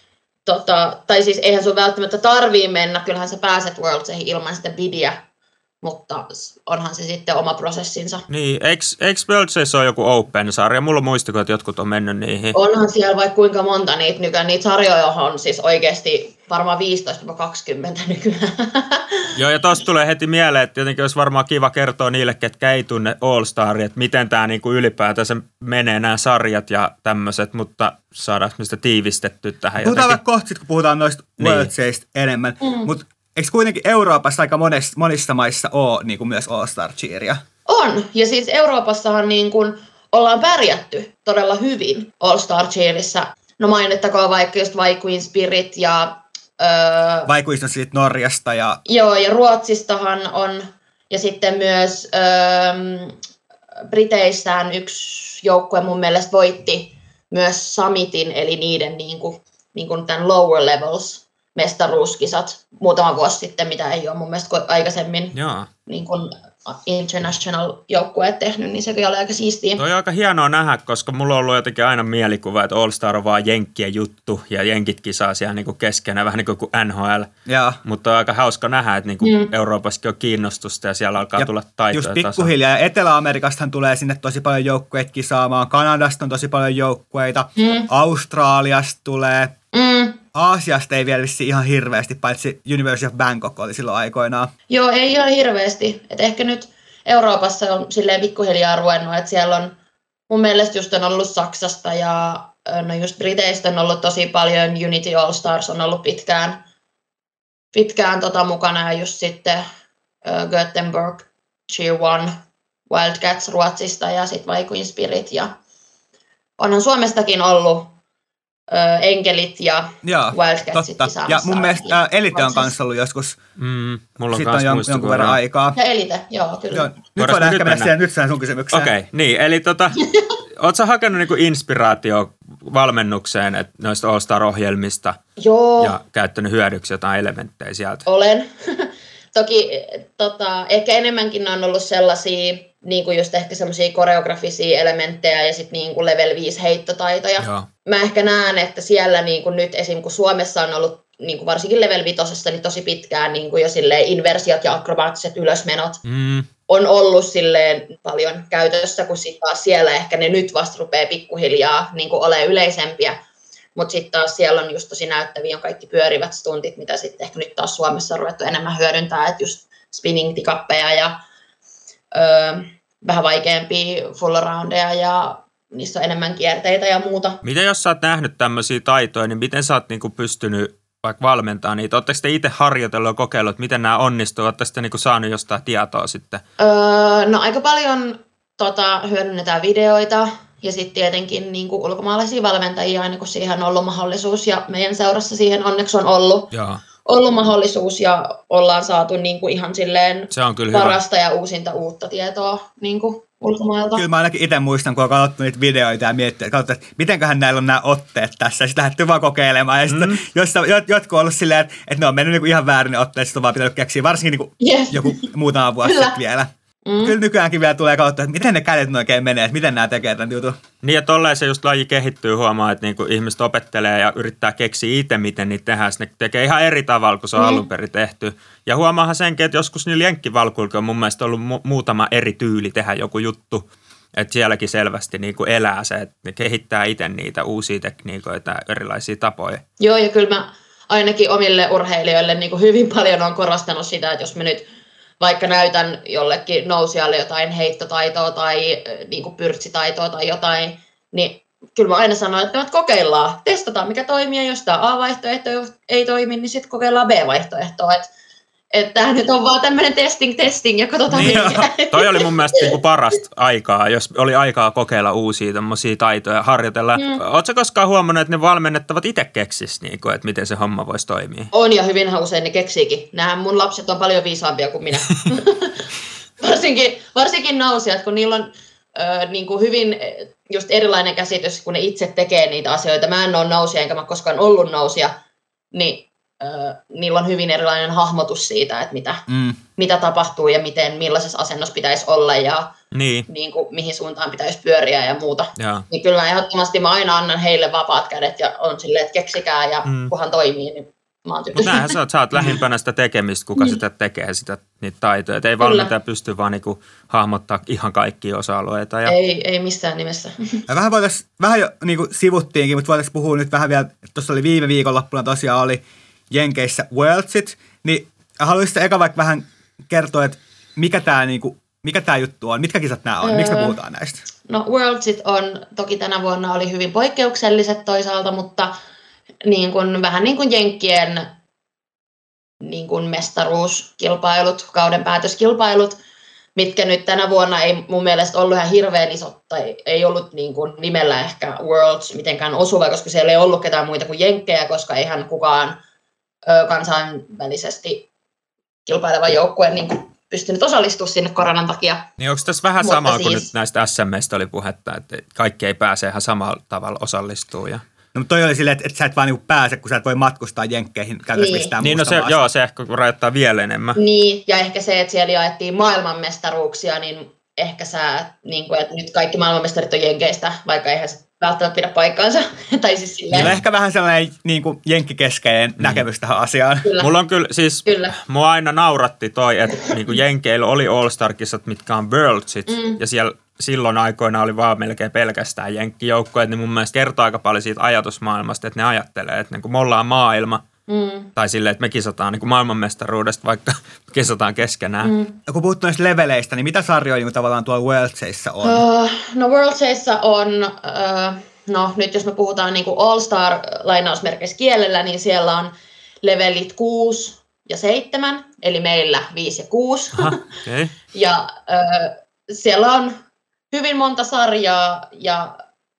tota, tai siis eihän sun välttämättä tarvii mennä, kyllähän sä pääset Worldseihin ilman sitä bidiä, mutta onhan se sitten oma prosessinsa. Niin, eikö, eikö Worldseissa ole joku Open-sarja? Mulla on muistiko, että jotkut on mennyt niihin. Onhan siellä vaikka kuinka monta niitä nykyään. Niitä sarjoja on siis oikeasti varmaan viisitoista kaksikymmentä nykyään. Joo, ja tosta tulee heti mieleen, että jotenkin olisi varmaan kiva kertoa niille, ketkä ei tunne All-Staria, että miten tämä niinku ylipäätänsä menee nämä sarjat ja tämmöiset, mutta saadaanko me sitä tiivistettyä tähän puhutaan jotenkin? Puhutaan kohta, kun puhutaan noista niin. Worldseista enemmän, mm. mutta eikö kuitenkin Euroopassa aika monessa, monissa maissa ole niin kuin myös All-Star cheeria? On, ja siis Euroopassahan niin kuin ollaan pärjätty todella hyvin All-Star cheerissä. No mainittakoon vaikka just Vi Queen Spirit ja Öö, Vaikuista siitä Norjasta. Ja joo, ja Ruotsistahan on, ja sitten myös öö, Briteissään yksi joukkue mun mielestä voitti myös Summitin, eli niiden niin kuin, niin kuin tämän lower levels mestaruuskisat muutama vuosi sitten, mitä ei ole mun mielestä aikaisemmin niin kuin international joukkueet tehnyt, niin sekin oli aika siistiä. Toi on aika hienoa nähdä, koska mulla on ollut jotenkin aina mielikuva, että All Star on vaan jenkkien juttu ja jenkit kisaa siellä niinku keskenään, vähän niin kuin N H L. Ja. Mutta on aika hauska nähdä, että niinku mm. Euroopassakin on kiinnostusta ja siellä alkaa ja tulla taitoja just pikkuhiljaa. Ja Etelä-Amerikastahan tulee sinne tosi paljon joukkueita kisaamaan. Kanadasta on tosi paljon joukkueita. Mm. Australiasta tulee. Mm. Aasiasta ei vielä vissiin ihan hirveästi, paitsi University of Bangkok oli silloin aikoinaan. Joo, ei ihan hirveästi. Et ehkä nyt Euroopassa on silleen pikkuhiljaa ruvennut, että siellä on mun mielestä just on ollut Saksasta ja no just Briteistä on ollut tosi paljon. Unity All Stars on ollut pitkään, pitkään tota mukana ja just sitten uh, Gothenburg, G yksi, Wildcats Ruotsista ja sitten Viking Spirit. Ja onhan Suomestakin ollut Enkelit ja Joo, Wildcatsit kisaamassa. Ja mun mielestä ä, Elite on kanssa ollut joskus. Mm, mulla on Sitten on jon, jonkun verran aikaa. Ja Elite, joo, kyllä. Joo, nyt voidaan ehkä mennä siihen, nyt sun kysymykseen. Okei, okay, niin, eli tota, ootko sä hakenut niinku inspiraatio valmennukseen et noista All Star-ohjelmista? Joo. Ja käyttänyt hyödyksi jotain elementtejä sieltä? Olen. Toki tota, ehkä enemmänkin on ollut sellaisia, niin kuin just ehkä semmoisia koreografisia elementtejä ja sitten niin kuin level viisi heittotaitoja. Joo. Mä ehkä näen, että siellä niin kuin nyt esim. Kun Suomessa on ollut niin kuin varsinkin level vitosessa niin tosi pitkään niin kuin jo silleen inversiot ja akrobaattiset ylösmenot mm. on ollut silleen paljon käytössä, kun sitten taas siellä ehkä ne nyt vasta rupeaa pikkuhiljaa niin kuin olemaan yleisempiä. Mutta sitten taas siellä on just tosi näyttäviä on kaikki pyörivät stuntit, mitä sitten ehkä nyt taas Suomessa on ruvettu enemmän hyödyntää, että just spinning-tikappeja ja öö, vähän vaikeampia full roundeja ja niissä on enemmän kierteitä ja muuta. Miten jos sä oot nähnyt tämmöisiä taitoja, niin miten sä oot niinku pystynyt vaikka valmentaa niitä? Oletteko te itse harjoitellut ja kokeillut, että miten nämä onnistuu? Oletteko te niinku saanut jostain tietoa sitten? Öö, no aika paljon tota, hyödynnetään videoita. Ja sitten tietenkin niin kuin ulkomaalaisia valmentajia aina kun siihen on ollut mahdollisuus ja meidän seurassa siihen onneksi on ollut, ollut mahdollisuus ja ollaan saatu niin kuin ihan silleen parasta hyvä. Ja uusinta uutta tietoa niin kuin ulkomailta. Kyllä mä ainakin itse muistan, kun on katsottu niitä videoita ja miettinyt, että, katsottu, että mitenköhän näillä on nämä otteet tässä. Ja sitten lähdetty vaan kokeilemaan ja sitten mm. jot, jotkut on ollut silleen, että, että ne on mennyt niin kuin ihan väärin ne otteet, sitten on vaan pitänyt keksiä varsinkin niin kuin yes. joku muutama vuosi sitten vielä. Mm. Kyllä nykyäänkin vielä tulee kautta, että miten ne kädet oikein menee, että miten nämä tekee tämän jutun. Niin ja tolleen se just laji kehittyy, huomaa, että niinku ihmiset opettelee ja yrittää keksiä itse, miten niitä tehdään. Ne tekee ihan eri tavalla, kuin se on mm. alun perin tehty. Ja huomaahan senkin, että joskus niillä jenkkivalkuilla on mun mielestä ollut mu- muutama eri tyyli tehdä joku juttu. Että sielläkin selvästi niinku elää se, että ne kehittää itse niitä uusia tekniikoita ja erilaisia tapoja. Joo ja kyllä mä ainakin omille urheilijoille niinku hyvin paljon on korostanut sitä, että jos me nyt vaikka näytän jollekin nousijalle jotain heittotaitoa tai niin kuin pyrtsitaitoa tai jotain, niin kyllä mä aina sanon, että kokeillaan, testataan mikä toimii ja jos tämä A-vaihtoehto ei toimi, niin sitten kokeillaan B-vaihtoehtoa. Että et tämä nyt on vaan tämmöinen testing, testing ja katsotaan niin toi oli mun mielestä niinku parasta aikaa, jos oli aikaa kokeilla uusia tämmöisiä taitoja, harjoitella. Mm. Ootko koskaan huomannut, että ne valmennettavat itse keksis, niinku, että miten se homma voisi toimia? On ja hyvinhän usein ne keksiikin. Nämä mun lapset on paljon viisaampia kuin minä. varsinkin, varsinkin nousijat, kun niillä on ö, niinku hyvin just erilainen käsitys, kun ne itse tekee niitä asioita. Mä en ole nousija, enkä mä koskaan ollut nousija, niin niillä on hyvin erilainen hahmotus siitä, että mitä, mm. mitä tapahtuu ja miten, millaisessa asennossa pitäisi olla ja niin. Niin kuin, mihin suuntaan pitäisi pyöriä ja muuta. Ja. Niin kyllä mä ehdottomasti mä aina annan heille vapaat kädet ja on silleen, että keksikää ja mm. kunhan toimii, niin mä oon tyytyväinen. Mutta näinhän sä oot, sä oot lähimpänä sitä tekemistä, kuka sitä tekee, sitä, niitä taitoja. Et ei valmentaja pysty vaan niinku hahmottaa ihan kaikkia osa-alueita. Ja... Ei, ei missään nimessä. Ja vähän voitais, vähän jo niin kuin sivuttiinkin, mutta voitaisiin puhua nyt vähän vielä, tuossa oli viime viikonloppuna tosiaan oli Jenkeissä Worldsit, niin haluaisitko eka vaikka vähän kertoa, että mikä tämä niinku, mikä tää juttu on, mitkä kisat nämä on, öö, miksi me puhutaan näistä? No Worldsit on, toki tänä vuonna oli hyvin poikkeukselliset toisaalta, mutta niin kuin, vähän niin kuin Jenkkien niin kuin mestaruuskilpailut, kauden päätöskilpailut, mitkä nyt tänä vuonna ei mun mielestä ollut ihan hirveän isot, tai ei ollut niin kuin nimellä ehkä Worlds mitenkään osuva, koska siellä ei ollut ketään muita kuin Jenkkejä, koska eihän kukaan ö, kansainvälisesti kilpaileva joukkue niin kuin pystynyt osallistumaan sinne koronan takia. Niin onko tässä vähän samaa siis... kuin nyt näistä S M:stä oli puhetta, että kaikki ei pääse ihan samalla tavalla osallistumaan? Ja... No toi oli silleen, että, että sä et vaan niinku pääse, kun sä et voi matkustaa jenkkeihin käytännössä Niin. mistään Niin, no muusta se, maasta. joo, se ehkä rajoittaa vielä enemmän. Niin, ja ehkä se, että siellä jaettiin maailmanmestaruuksia, niin ehkä sä, niin kuin, että nyt kaikki maailmanmestarit on jenkeistä, vaikka eihän se välttämättä pidä paikkaansa. tai siis silleen. Niillä on ehkä vähän sellainen niin kuin jenkkikeskeinen mm. näkemys tähän asiaan. Kyllä. Mulla on kyllä, siis Kyllä. mua aina nauratti toi, että niinku jenkeillä oli All-Star-kisat, mitkä on Worldsit, mm. ja siellä silloin aikoina oli vaan melkein pelkästään jenkkijoukkoja, niin mun mielestä kertoo aika paljon siitä ajatusmaailmasta, että ne ajattelee, että niinku me ollaan maailma, mm. tai silleen, että me kisataan niinku maailmanmestaruudesta, vaikka kisataan keskenään. Mm. Ja kun puhut noista leveleistä, niin mitä sarjoja niin tavallaan tuolla Worldsissa on? Uh, no Worldsissa on, uh, no nyt jos me puhutaan niinku All-Star lainausmerkeissä kielellä, niin siellä on levelit kuusi ja seitsemän, eli meillä viisi ja kuusi. Aha, okay. ja uh, siellä on hyvin monta sarjaa ja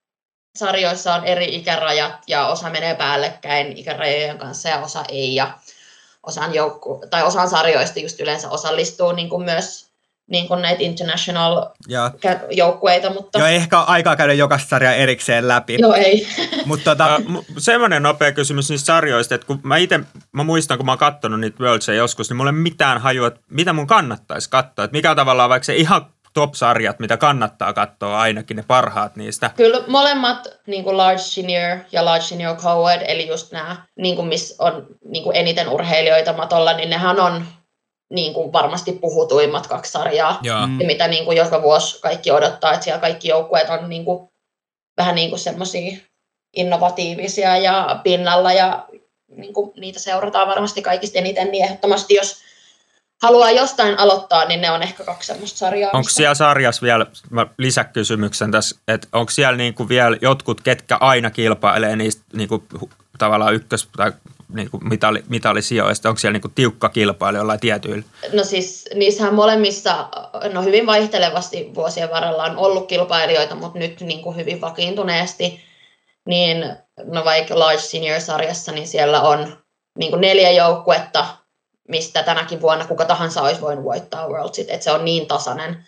sarjoissa on eri ikärajat ja osa menee päällekkäin ikärajojen kanssa ja osa ei. Ja osan, joukku, tai osan sarjoista just yleensä osallistuu niin kuin myös niin kuin näitä international Joo. joukkueita. Mutta... Joo, ei ehkä ole aikaa käydä jokaista sarjaa erikseen läpi. Joo, ei. Mutta tota... uh, semmoinen nopea kysymys niistä sarjoista, että kun mä itse, mä muistan, kun mä oon katsonut niitä Worldsia joskus, niin mulla ei mitään hajua, että mitä mun kannattaisi katsoa. Että mikä on tavallaan vaikka se ihan top-sarjat, mitä kannattaa katsoa, ainakin ne parhaat niistä. Kyllä molemmat niin kuin large senior ja large senior co-ed, eli just nämä, niin kuin missä on niin kuin eniten urheilijoita matolla, niin nehän on niin kuin varmasti puhutuimmat kaksi sarjaa. Joo. Ja mitä niin kuin joka vuosi kaikki odottaa, että siellä kaikki joukkueet on niin kuin, vähän niin kuin semmoisia innovatiivisia ja pinnalla ja niin kuin niitä seurataan varmasti kaikista eniten, niin ehdottomasti jos haluaa jostain aloittaa, niin ne on ehkä kaksi semmoista sarjaa. Onko siellä sarjassa vielä, mä lisäkysymyksen tässä, että onko siellä niinku vielä jotkut, ketkä aina kilpailee niistä niinku tavallaan ykkös- tai niinku mitali, mitalisijoista, onko siellä niinku tiukka kilpailu jollain tietyillä? No siis niissähän molemmissa, no hyvin vaihtelevasti vuosien varrella on ollut kilpailijoita, mutta nyt niin kuin hyvin vakiintuneesti, niin no vaikka Large Senior-sarjassa, niin siellä on niin kuin neljä joukkuetta, mistä tänäkin vuonna kuka tahansa olisi voinut voittaa Worldsit, että se on niin tasainen.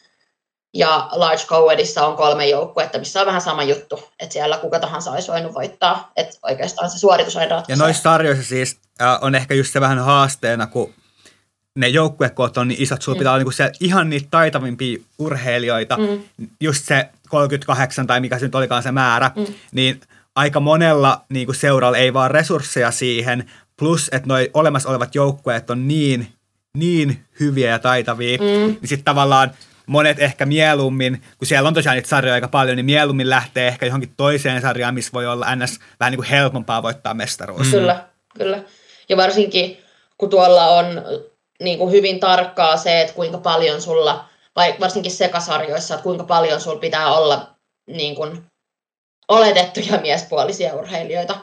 Ja Large Co-edissa on kolme joukkuetta, missä on vähän sama juttu, että siellä kuka tahansa olisi voinut voittaa, että oikeastaan se suoritus aina ratkaisee. Ja noissa sarjoissa siis äh, on ehkä just se vähän haasteena, kun ne joukkuekoot on niin isot, sulla mm. pitää olla niinku se, ihan niitä taitavimpia urheilijoita, mm. just se kolmekymmentäkahdeksan tai mikä se nyt olikaan se määrä, mm. niin aika monella niinku seuralla ei vaan resursseja siihen, plus että noi olemassa olevat joukkueet on niin, niin hyviä ja taitavia, mm. niin sitten tavallaan monet ehkä mieluummin, kun siellä on tosiaan niitä sarjoja aika paljon, niin mieluummin lähtee ehkä johonkin toiseen sarjaan, missä voi olla ns. Vähän niin kuin helpompaa voittaa mestaruus. Mm. Kyllä, kyllä. Ja varsinkin, kun tuolla on niin kuin hyvin tarkkaa se, että kuinka paljon sulla, vai varsinkin sekasarjoissa, että kuinka paljon sulla pitää olla niin kuin oletettuja miespuolisia urheilijoita.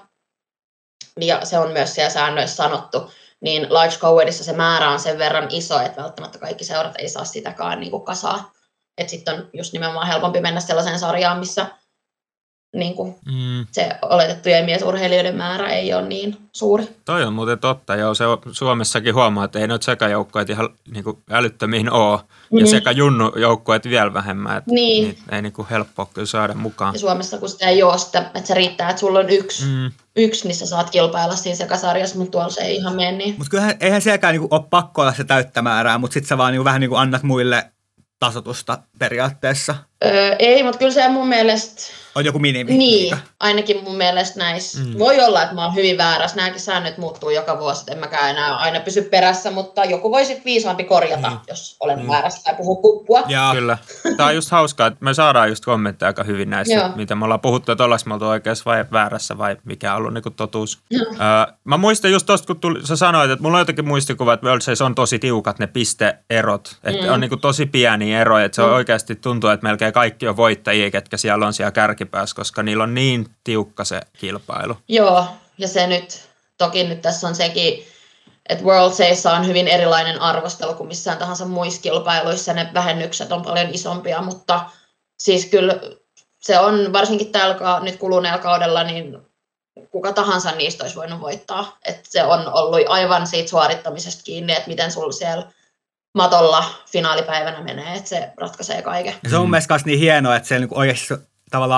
Ja se on myös siellä säännöissä sanottu. Niin Large Co-edissa se määrä on sen verran iso, että välttämättä kaikki seurat ei saa sitäkään niin kuin kasaa. Että sitten on just nimenomaan helpompi mennä sellaiseen sarjaan, missä niin kuin mm. se oletettujen miesurheilijoiden määrä ei ole niin suuri. Toi on muuten totta, joo. Se on, Suomessakin huomaa, että ei noita sekajoukkoja ihan niin kuin älyttömiin ole. Ja mm. sekä junnujoukkoja vielä vähemmän. Että niin. Niitä ei niin kuin helppoa kyllä saada mukaan. Ja Suomessa kun sitä ei ole sitä, että se riittää, että sulla on yksi, mm. yksi niin sä saat kilpailla siinä sekasarjassa, mutta tuolla se ei ihan mene niin. Mutta kyllähän eihän sielläkään niinku ole pakko olla se täyttä määrää, mutta sitten sä vaan niinku vähän niinku annat muille tasotusta periaatteessa. Öö, ei, mutta kyllä se mun mielestä on joku minimi. Niin, mikä? ainakin mun mielestä näissä. Mm. Voi olla, että mä oon hyvin väärässä. Nämäkin säännöt muuttuu joka vuosi, että en mäkään enää aina pysy perässä, mutta joku voi sitten viisaampi korjata, mm. jos olen mm. väärässä tai puhu puppua. Jaa. Kyllä. Tämä on just hauskaa, että me saadaan just kommentteja aika hyvin näistä, mitä me ollaan puhuttu, että ollaanko me oltu oikeassa vai väärässä vai mikä on ollut niin kuin totuus. Uh, mä muistan just tosta, kun tuli, sä sanoit, että mulla on jotenkin muistikuva, että Worldsissa on tosi tiukat ne pisteerot, että mm. on niin kuin tosi pieniä eroja, että se mm. oikeasti tuntuu, että melkein kaikki on voittajia, ketkä siellä on siellä kärkipäässä, koska niillä on niin tiukka se kilpailu. Joo, ja se nyt, toki nyt tässä on sekin, että Worldsissa on hyvin erilainen arvostelu kuin missään tahansa muissa kilpailuissa. Ne vähennykset on paljon isompia, mutta siis kyllä se on varsinkin tällä nyt kuluneella kaudella, niin kuka tahansa niistä olisi voinut voittaa. Että se on ollut aivan siitä suorittamisesta kiinni, että miten sulla siellä matolla finaalipäivänä menee, että se ratkaisee kaiken. Ja se on mun mielestä niin hienoa, että se oikeasti tavallaan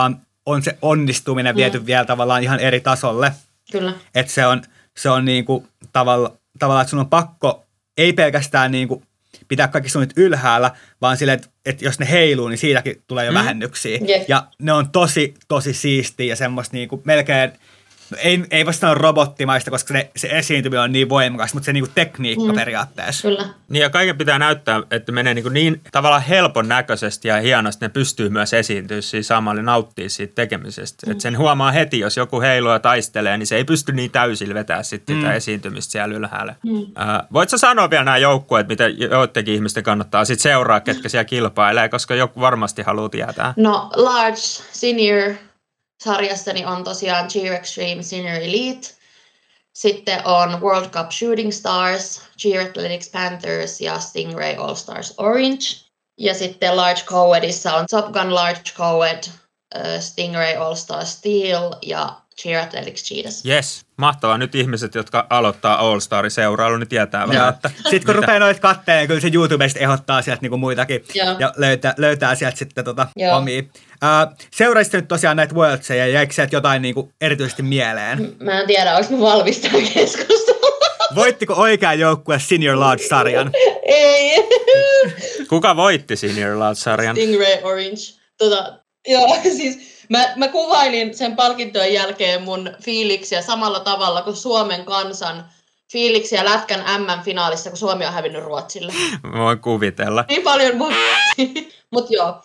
on se onnistuminen viety mm. vielä tavallaan ihan eri tasolle. Kyllä. Että se on, se on niinku tavalla, tavallaan, että sun on pakko, ei pelkästään niinku pitää kaikki suunnit ylhäällä, vaan silleen, että, että jos ne heiluu, niin siitäkin tulee jo mm. vähennyksiä. Yeah. Ja ne on tosi, tosi siistiä ja semmoista niinku melkein, no ei, ei voi sanoa robottimaista, koska se, se esiintyminen on niin voimakas, mutta se niinku tekniikka mm. periaatteessa. Kyllä. Niin ja kaiken pitää näyttää, että menee niin, niin tavallaan helpon näköisesti ja hienosti, ne pystyy myös esiintyä siinä samalla ja nauttia siitä tekemisestä. Mm. Että sen huomaa heti, jos joku heiluu ja taistelee, niin se ei pysty niin täysillä vetää sitten mm. sitä esiintymistä siellä ylhäällä. Mm. Äh, voit sä sanoa vielä nämä joukkueet, mitä joidenkin ihmisten kannattaa sitten seuraa, ketkä siellä kilpailee, koska joku varmasti haluaa tietää. No, Large Senior sarjassani on tosiaan Cheer Extreme Senior Elite. Sitten on World Cup Shooting Stars, Cheer Athletics Panthers ja Stingray All Stars Orange. Ja sitten Large Co-edissa on Top Gun Large Co-ed, uh, Stingray All Stars Steel ja Cheer Athletics Cheetahs. Yes, mahtavaa. Nyt ihmiset, jotka aloittaa All Starin seurailu, niin tietää vähän, että... Sitten kun rupeaa noita katteen, niin kyllä se YouTubesta ehdottaa sieltä niinku muitakin Joo. ja löytää, löytää sieltä sitten tota omia. Uh, seuraisitte nyt tosiaan näitä Worldseja ja jäikö sieltä jotain niinku erityisesti mieleen? Mä en tiedä, onko mä valmis tähän keskusteluun. Voittiko oikea joukkue Senior Large-sarjan? Ei. Kuka voitti Senior Large-sarjan? Stingray Orange. Tota, joo, siis mä, mä kuvailin sen palkintojen jälkeen mun fiiliksiä samalla tavalla kuin Suomen kansan fiiliksiä Lätkän M M-finaalissa, kun Suomi on hävinnyt Ruotsille. Mä voin kuvitella. Niin paljon voi. Mut joo.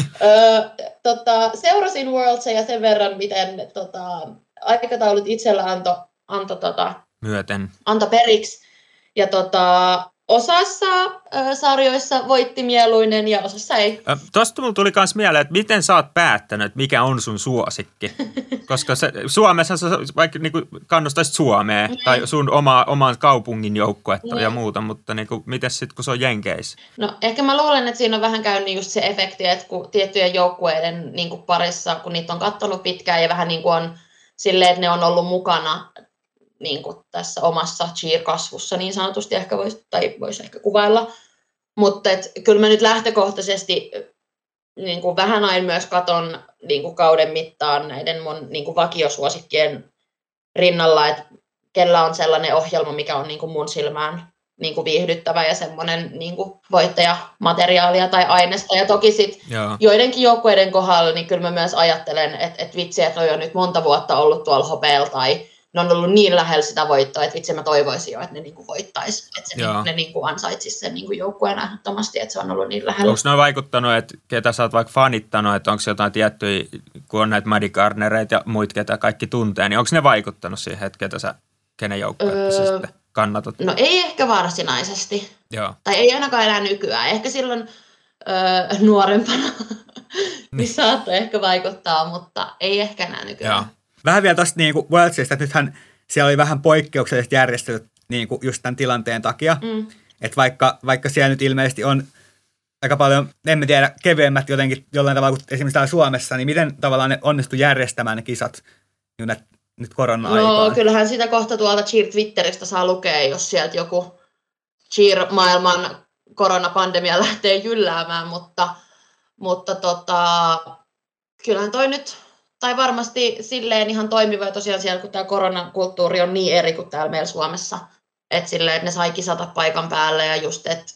Ö, tota, seurasin Worldseja sen verran, miten tota, aikataulut itsellä antoi anto, tota, myöten. Anto periksi. Ja tota, osassa ö, sarjoissa voitti mieluinen ja osassa ei. Ö, tosta mulla tuli myös mieleen, että miten sä oot päättänyt, että mikä on sun suosikki? Koska se, Suomessa sä vaikka niin kannustaisit Suomea mm. tai sun oma, oman kaupungin joukkuetta mm. ja muuta, mutta niin kuin, miten sitten kun se on Jenkeissä? No ehkä mä luulen, että siinä on vähän käynyt just se efekti, että kun tiettyjen joukkueiden niin kuin parissa, kun niitä on katsonut pitkään ja vähän niin kuin on silleen, että ne on ollut mukana niin kuin tässä omassa cheer-kasvussa niin sanotusti ehkä voisi, tai voisi ehkä kuvailla. Mutta kyllä mä nyt lähtökohtaisesti niin kuin vähän aina myös katon niin kuin kauden mittaan näiden mun niin kuin vakiosuosikkien rinnalla, että kellä on sellainen ohjelma, mikä on niin kuin mun silmään niin kuin viihdyttävä ja semmoinen niin kuin voittajamateriaalia tai aineesta. Ja toki sitten joidenkin joukkueiden kohdalla, niin kyllä mä myös ajattelen, että, että vitsi, että on jo nyt monta vuotta ollut tuolla hopeella tai ne on ollut niin lähellä sitä voittoa, että vitsi mä toivoisin jo, että ne niinku voittaisi. Että se, ne niinku ansaitsisi sen niinku joukkueen ehdottomasti, että se on ollut niin lähellä. Onko ne vaikuttanut, että ketä sä oot vaikka fanittanut, että onko jotain tiettyjä, kun on näitä Maddie Gardnereita ja muita, ketä kaikki tuntee, niin onko ne vaikuttanut siihen, että ketä sä, kenen joukkuetta öö, sä sitten kannatat? No ei ehkä varsinaisesti. Joo. Tai ei ainakaan enää nykyään. Ehkä silloin öö, nuorempana, niin saattoi ehkä vaikuttaa, mutta ei ehkä enää nykyään. Joo. Vähän vielä tuosta niinku Worldsista, että nythän siellä oli vähän poikkeukselliset järjestelyt niinku just tämän tilanteen takia. Mm. Että vaikka, vaikka siellä nyt ilmeisesti on aika paljon, en tiedä, kevyemmät jotenkin jollain tavalla kuin esimerkiksi täällä Suomessa, niin miten tavallaan ne onnistui järjestämään ne kisat nyt, nyt korona-aikaan? No kyllähän sitä kohta tuolta Cheer Twitteristä saa lukea, jos sieltä joku Cheer-maailman koronapandemia lähtee jylläämään, mutta, mutta tota, kyllähän toi nyt... Tai varmasti silleen ihan toimiva ja tosiaan siellä, kun tämä koronakulttuuri on niin eri kuin täällä meillä Suomessa. Että silleen, että ne sai kisata paikan päälle ja just, että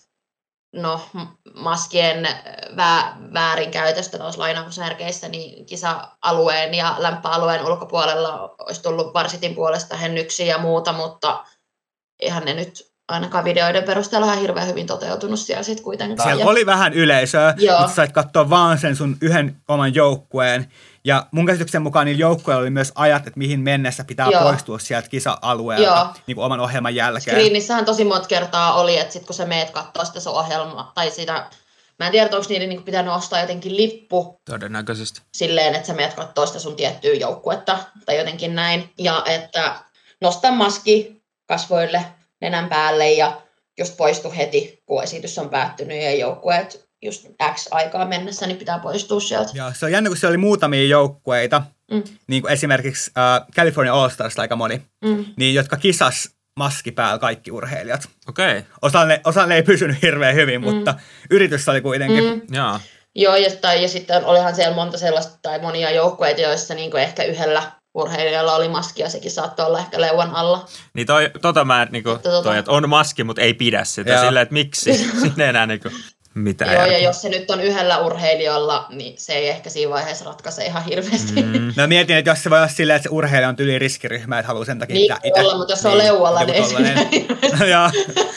no maskien vä- väärinkäytöstä tuossa lainausmerkeissä, niin kisa-alueen ja lämpöalueen ulkopuolella olisi tullut varsitin puolesta hennyksiä ja muuta, mutta eihän ne nyt ainakaan videoiden perusteella ihan hirveän hyvin toteutunut siellä sitten kuitenkaan. Siellä ja... oli vähän yleisöä, Joo. mutta sait katsoa vaan sen sun yhden oman joukkueen. Ja mun käsityksen mukaan niillä joukkueilla oli myös ajat, että mihin mennessä pitää Joo. poistua sieltä kisa-alueelta niin kuin oman ohjelman jälkeen. Screenissähän tosi monta kertaa oli, että sit kun sä meet katsoa sitä sun ohjelmaa, tai sitä, mä en tiedä, onko niiden niin pitänyt ostaa jotenkin lippu. Todennäköisesti. Silleen, että sä meet katsoa sitä sun tiettyä joukkuetta, tai jotenkin näin. Ja että nosta maski kasvoille, nenän päälle, ja just poistu heti, kun esitys on päättynyt, ja joukkueet just X aikaa mennessä, niin pitää poistua sieltä. Joo, se on jännä, kun siellä oli muutamia joukkueita, mm. niin kuin esimerkiksi uh, California All Stars aika moni, mm. niin, jotka kisas maski päällä kaikki urheilijat. Okei. Okay. Osalle, osalle ei pysynyt hirveän hyvin, mm. mutta yritys oli kuitenkin. Mm. Joo. Joo, ja, tai, ja sitten olihan siellä monta sellaista tai monia joukkueita, joissa niin ehkä yhdellä urheilijalla oli maski ja sekin saattoi olla ehkä leuan alla. Niin toi, tota mä, niinku, että, tota... toi, että on maski, mutta ei pidä sitä. Joo. Silleen, että miksi? Siinä ei enää niinku mitään Joo, järkeä. Ja jos se nyt on yhdellä urheilijalla, niin se ei ehkä siinä vaiheessa ratkaise ihan hirveästi. Mm. No mietin, että jos se voi olla silleen, että se urheilija on tyyli riskiryhmä, että haluaa sen takia niin, itse. Olla, mutta jos se on niin, leualla, niin ei se ihan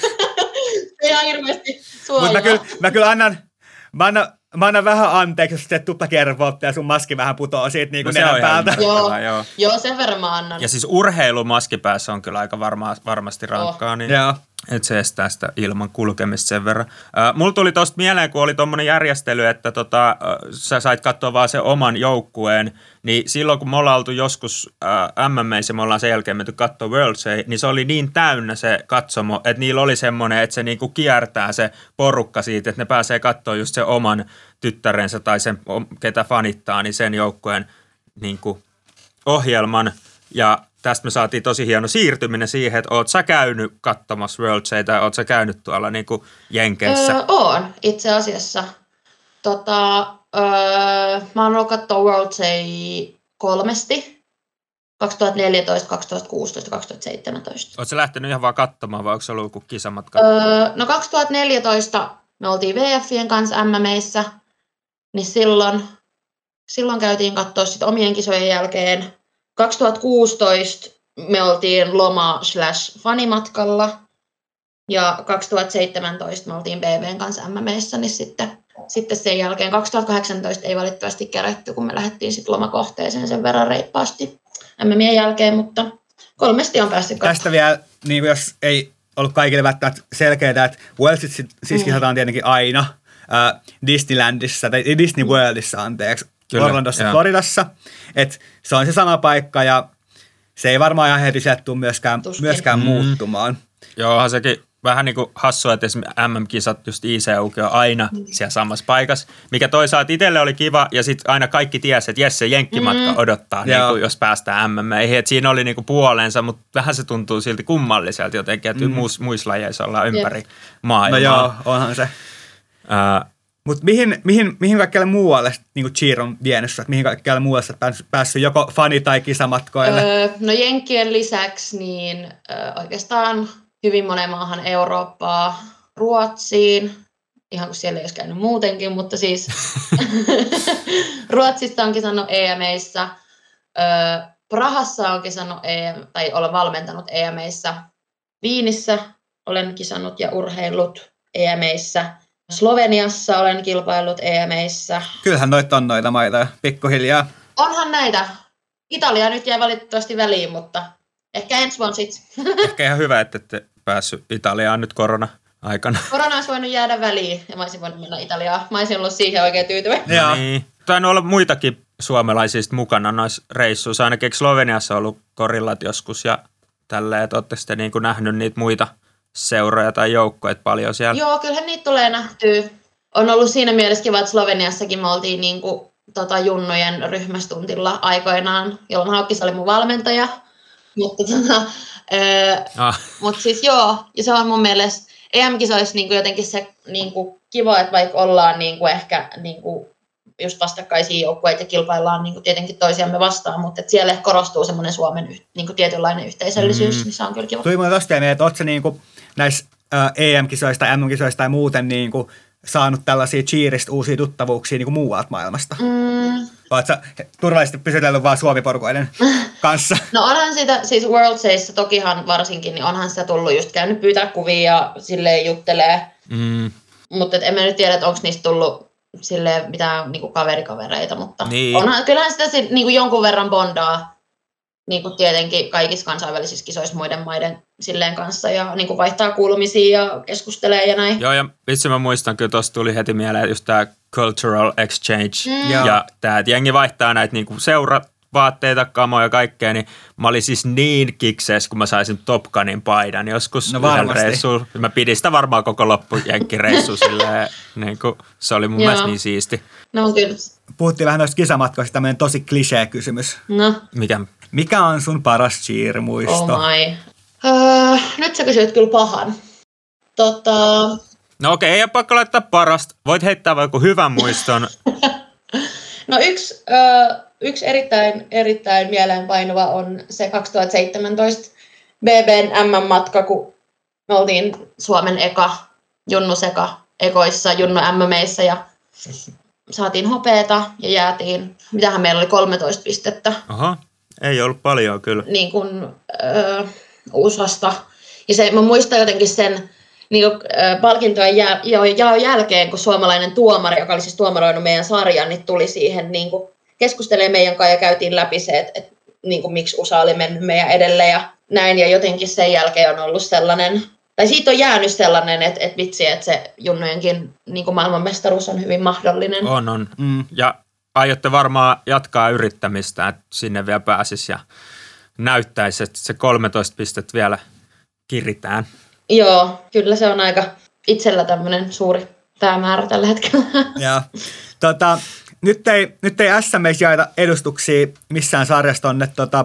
ihan hirveästi suojaa. Mutta mä kyllä, mä kyllä annan, mä annan, mä annan vähän anteeksi, jos se tuplakervoitte ja sun maski vähän putoaa siitä niin kuin no nenän päältä. Joo, joo. joo, sen verran mä annan. Ja siis urheilu maskipäässä on kyllä aika varma, varmasti rankkaa, oh. niin joo. Että se estää sitä ilman kulkemista sen verran. Äh, mulla tuli tosta mieleen, kun oli tommonen järjestely, että tota, äh, sä sait katsoa vaan sen oman joukkueen, niin silloin kun me ollaan oltu joskus äh, M M A:ssä, me ollaan sen jälkeen menty katsoa Worldsei, niin se oli niin täynnä se katsomo, että niillä oli semmoinen, että se niinku kiertää se porukka siitä, että ne pääsee katsoa just sen oman tyttärensä tai sen, ketä fanittaa, niin sen joukkueen niinku ohjelman. Ja tästä me saatiin tosi hieno siirtyminen siihen, että oot sä käynyt katsomassa Worldsei tai oot sä käynyt tuolla niinku Jenkeissä? Öö, oon itse asiassa. Tota, öö, mä oon ollut katsoa Worldsei kolmesti. kaksituhattaneljätoista, kaksituhattakuusitoista, kaksituhattaseitsemäntoista. Oot sä lähtenyt ihan vaan katsomaan vai onko se ollut joku kisamatka? Öö, no kaksituhattaneljätoista me oltiin V F:ien kanssa M M A:ssä, niin silloin, silloin käytiin katsoa sit omien kisojen jälkeen. kaksituhattakuusitoista me oltiin loma slash fanimatkalla ja kaksituhattaseitsemäntoista me oltiin B B:n kanssa M M A:ssä, niin sitten, sitten sen jälkeen kaksituhattakahdeksantoista ei valitettavasti kerätty, kun me lähdettiin sitten lomakohteeseen sen verran reippaasti M M A:n jälkeen, mutta kolmesti on päässyt katsomaan. Tästä vielä, niin jos ei ollut kaikille välttämättä selkeää, että Worldsit siis kisataan mm. tietenkin aina äh, Disneylandissa tai Disney Worldissa, anteeksi. Kyllä, Orlandossa, joo. Floridassa. Et se on se sama paikka ja se ei varmaan ihan heti sieltä tule myöskään, myöskään mm. muuttumaan. Joo, onhan sekin vähän niin kuin hassua, että esimerkiksi M M-kisat just I C U on aina mm. siellä samassa paikassa, mikä toisaalta itselle oli kiva ja sitten aina kaikki tiesi, että jes se jenkkimatka mm. odottaa, niin kuin, jos päästään M M A:ihin. Et siinä oli niin kuin puolensa, mutta vähän se tuntuu silti kummalliselta jotenkin, että mm. muissa muis lajeissa ollaan ympäri Jep. maailmaa. No joo, onhan se. Uh, Mutta mihin, mihin, mihin kaikkialle muualle niin Cheer on vienyt sut? Mihin kaikkialle muualle sä oot päässyt joko fani- tai kisamatkoille? Öö, no Jenkkien lisäksi niin öö, oikeastaan hyvin monen maahan Eurooppaa, Ruotsiin, ihan kun siellä ei olisi käynyt muutenkin, mutta siis Ruotsista on kisannut E M A:issa, öö, Prahassa on kisannut E M, tai olen valmentanut E M A:issa, Viinissä olen kisannut ja urheillut E M A:issa. Sloveniassa olen kilpaillut E M A:issa. Kyllähän noita on noita maita pikkuhiljaa. Onhan näitä. Italia nyt jäi valitettavasti väliin, mutta ehkä ensi vuonna sitten. Ehkä ihan hyvä, että ette päässyt Italiaan nyt korona-aikana. Korona olisi voinut jäädä väliin ja mä olisin voinut mennä Italiaan. Mä olisin ollut siihen oikein tyytyväinen. Joo. Niin. Tainnut olla muitakin suomalaisista mukana noissa reissuissa. Ainakin Sloveniassa on ollut korillat joskus ja tälleen, että ootte sitten niin kuin nähnyt niitä muita seuroja tai joukkoja paljon siellä. Joo, kyllähän niitä tulee nähtyä. On ollut siinä mielessä kiva, että Sloveniassakin me oltiin niin kuin, tota, junnojen ryhmästuntilla aikoinaan, jolloin Haukkis oli mun valmentaja. Mutta tota, ah. mut siis joo, ja se on mun mielestä E M-kisoissa niin kuin jotenkin se niin kuin kiva, että vaikka ollaan niin kuin ehkä niin kuin just vastakkaisia joukkueita ja kilpaillaan niin kuin tietenkin toisiamme vastaan, mutta että siellä korostuu semmoinen Suomen niin kuin tietynlainen yhteisöllisyys, mm. niin se on kyllä kiva. Tuli mulle tosta mieleen, että ootko sä niin kuin näissä ä, E M-kisoissa tai M M-kisoissa tai muuten niin kuin saanut tällaisia cheeristä uusia tuttavuuksia niin kuin muualta maailmasta? Mm. Oletko sä turvallisesti pysytellyt vaan Suomi-porukoiden kanssa? No onhan sitä, siis Worldseissa tokihan varsinkin, niin onhan sitä tullut just käynyt pyytää kuvia ja silleen juttelee. Mm. Mutta en mä nyt tiedä, että onko niistä tullut silleen mitään niinku kaverikavereita, mutta niin. onhan, kyllähän sitä niinku jonkun verran bondaa niinku tietenkin kaikissa kansainvälisissä kisoissa muiden maiden silleen kanssa ja niinku vaihtaa kuulumisia ja keskustelee ja näin. Joo, ja itse mä muistan, kyllä tuossa tuli heti mieleen just tämä cultural exchange mm. ja tämä, että jengi vaihtaa näitä niinku seuravaatteita, kamoja ja kaikkea, niin mä olin siis niin kiksees, kun mä saisin Top Gunin paidan joskus no yhden reissuun. Mä pidin sitä varmaan koko loppujenkkireissu silleen, niin kuin, se oli mun mielestä niin siisti. No kyllä. Puhuttiin vähän noista kisamatkoista, tämmöinen tosi klisee kysymys. No. Mikä? Mikä on sun paras cheer-muisto? Oh my. Uh, nyt sä kysyt kyllä pahan. Tota, No okei, ei ole pakko laittaa parasta. Voit heittää vaikka hyvän muiston. No yksi, ö, yksi erittäin, erittäin mieleenpainuva on se kaksituhattaseitsemäntoista B B:n M M-matka, kun me oltiin Suomen eka junnuseka ekoissa junnu M M:issä ja saatiin hopeeta ja jäätiin, mitähän meillä oli kolmetoista pistettä. Oho, ei ollut paljon kyllä. Niin kuin ö, U S A:sta. Ja se, mä muistan jotenkin sen niin kuin, ö, palkintojen jä, jaon jälkeen, kun suomalainen tuomari, joka oli siis tuomaroinut meidän sarjan, niin tuli siihen niin kuin keskustelemaan meidän kanssa ja käytiin läpi se, että, että niin kuin, miksi U S A oli mennyt meidän edelle ja näin. Ja jotenkin sen jälkeen on ollut sellainen, tai siitä on jäänyt sellainen, että, että vitsi, että se junnujenkin niin kuin maailmanmestaruus on hyvin mahdollinen. On, on. Mm. Ja aiotte varmaan jatkaa yrittämistä, että sinne vielä pääsisi ja näyttäisi, että se kolmetoista pistet vielä kiritään. Joo, kyllä se on aika itsellä tämmöinen suuri päämäärä tällä hetkellä. Joo. Tota, nyt ei, nyt ei S M:issä jaeta edustuksia missään sarjasta tonne tota,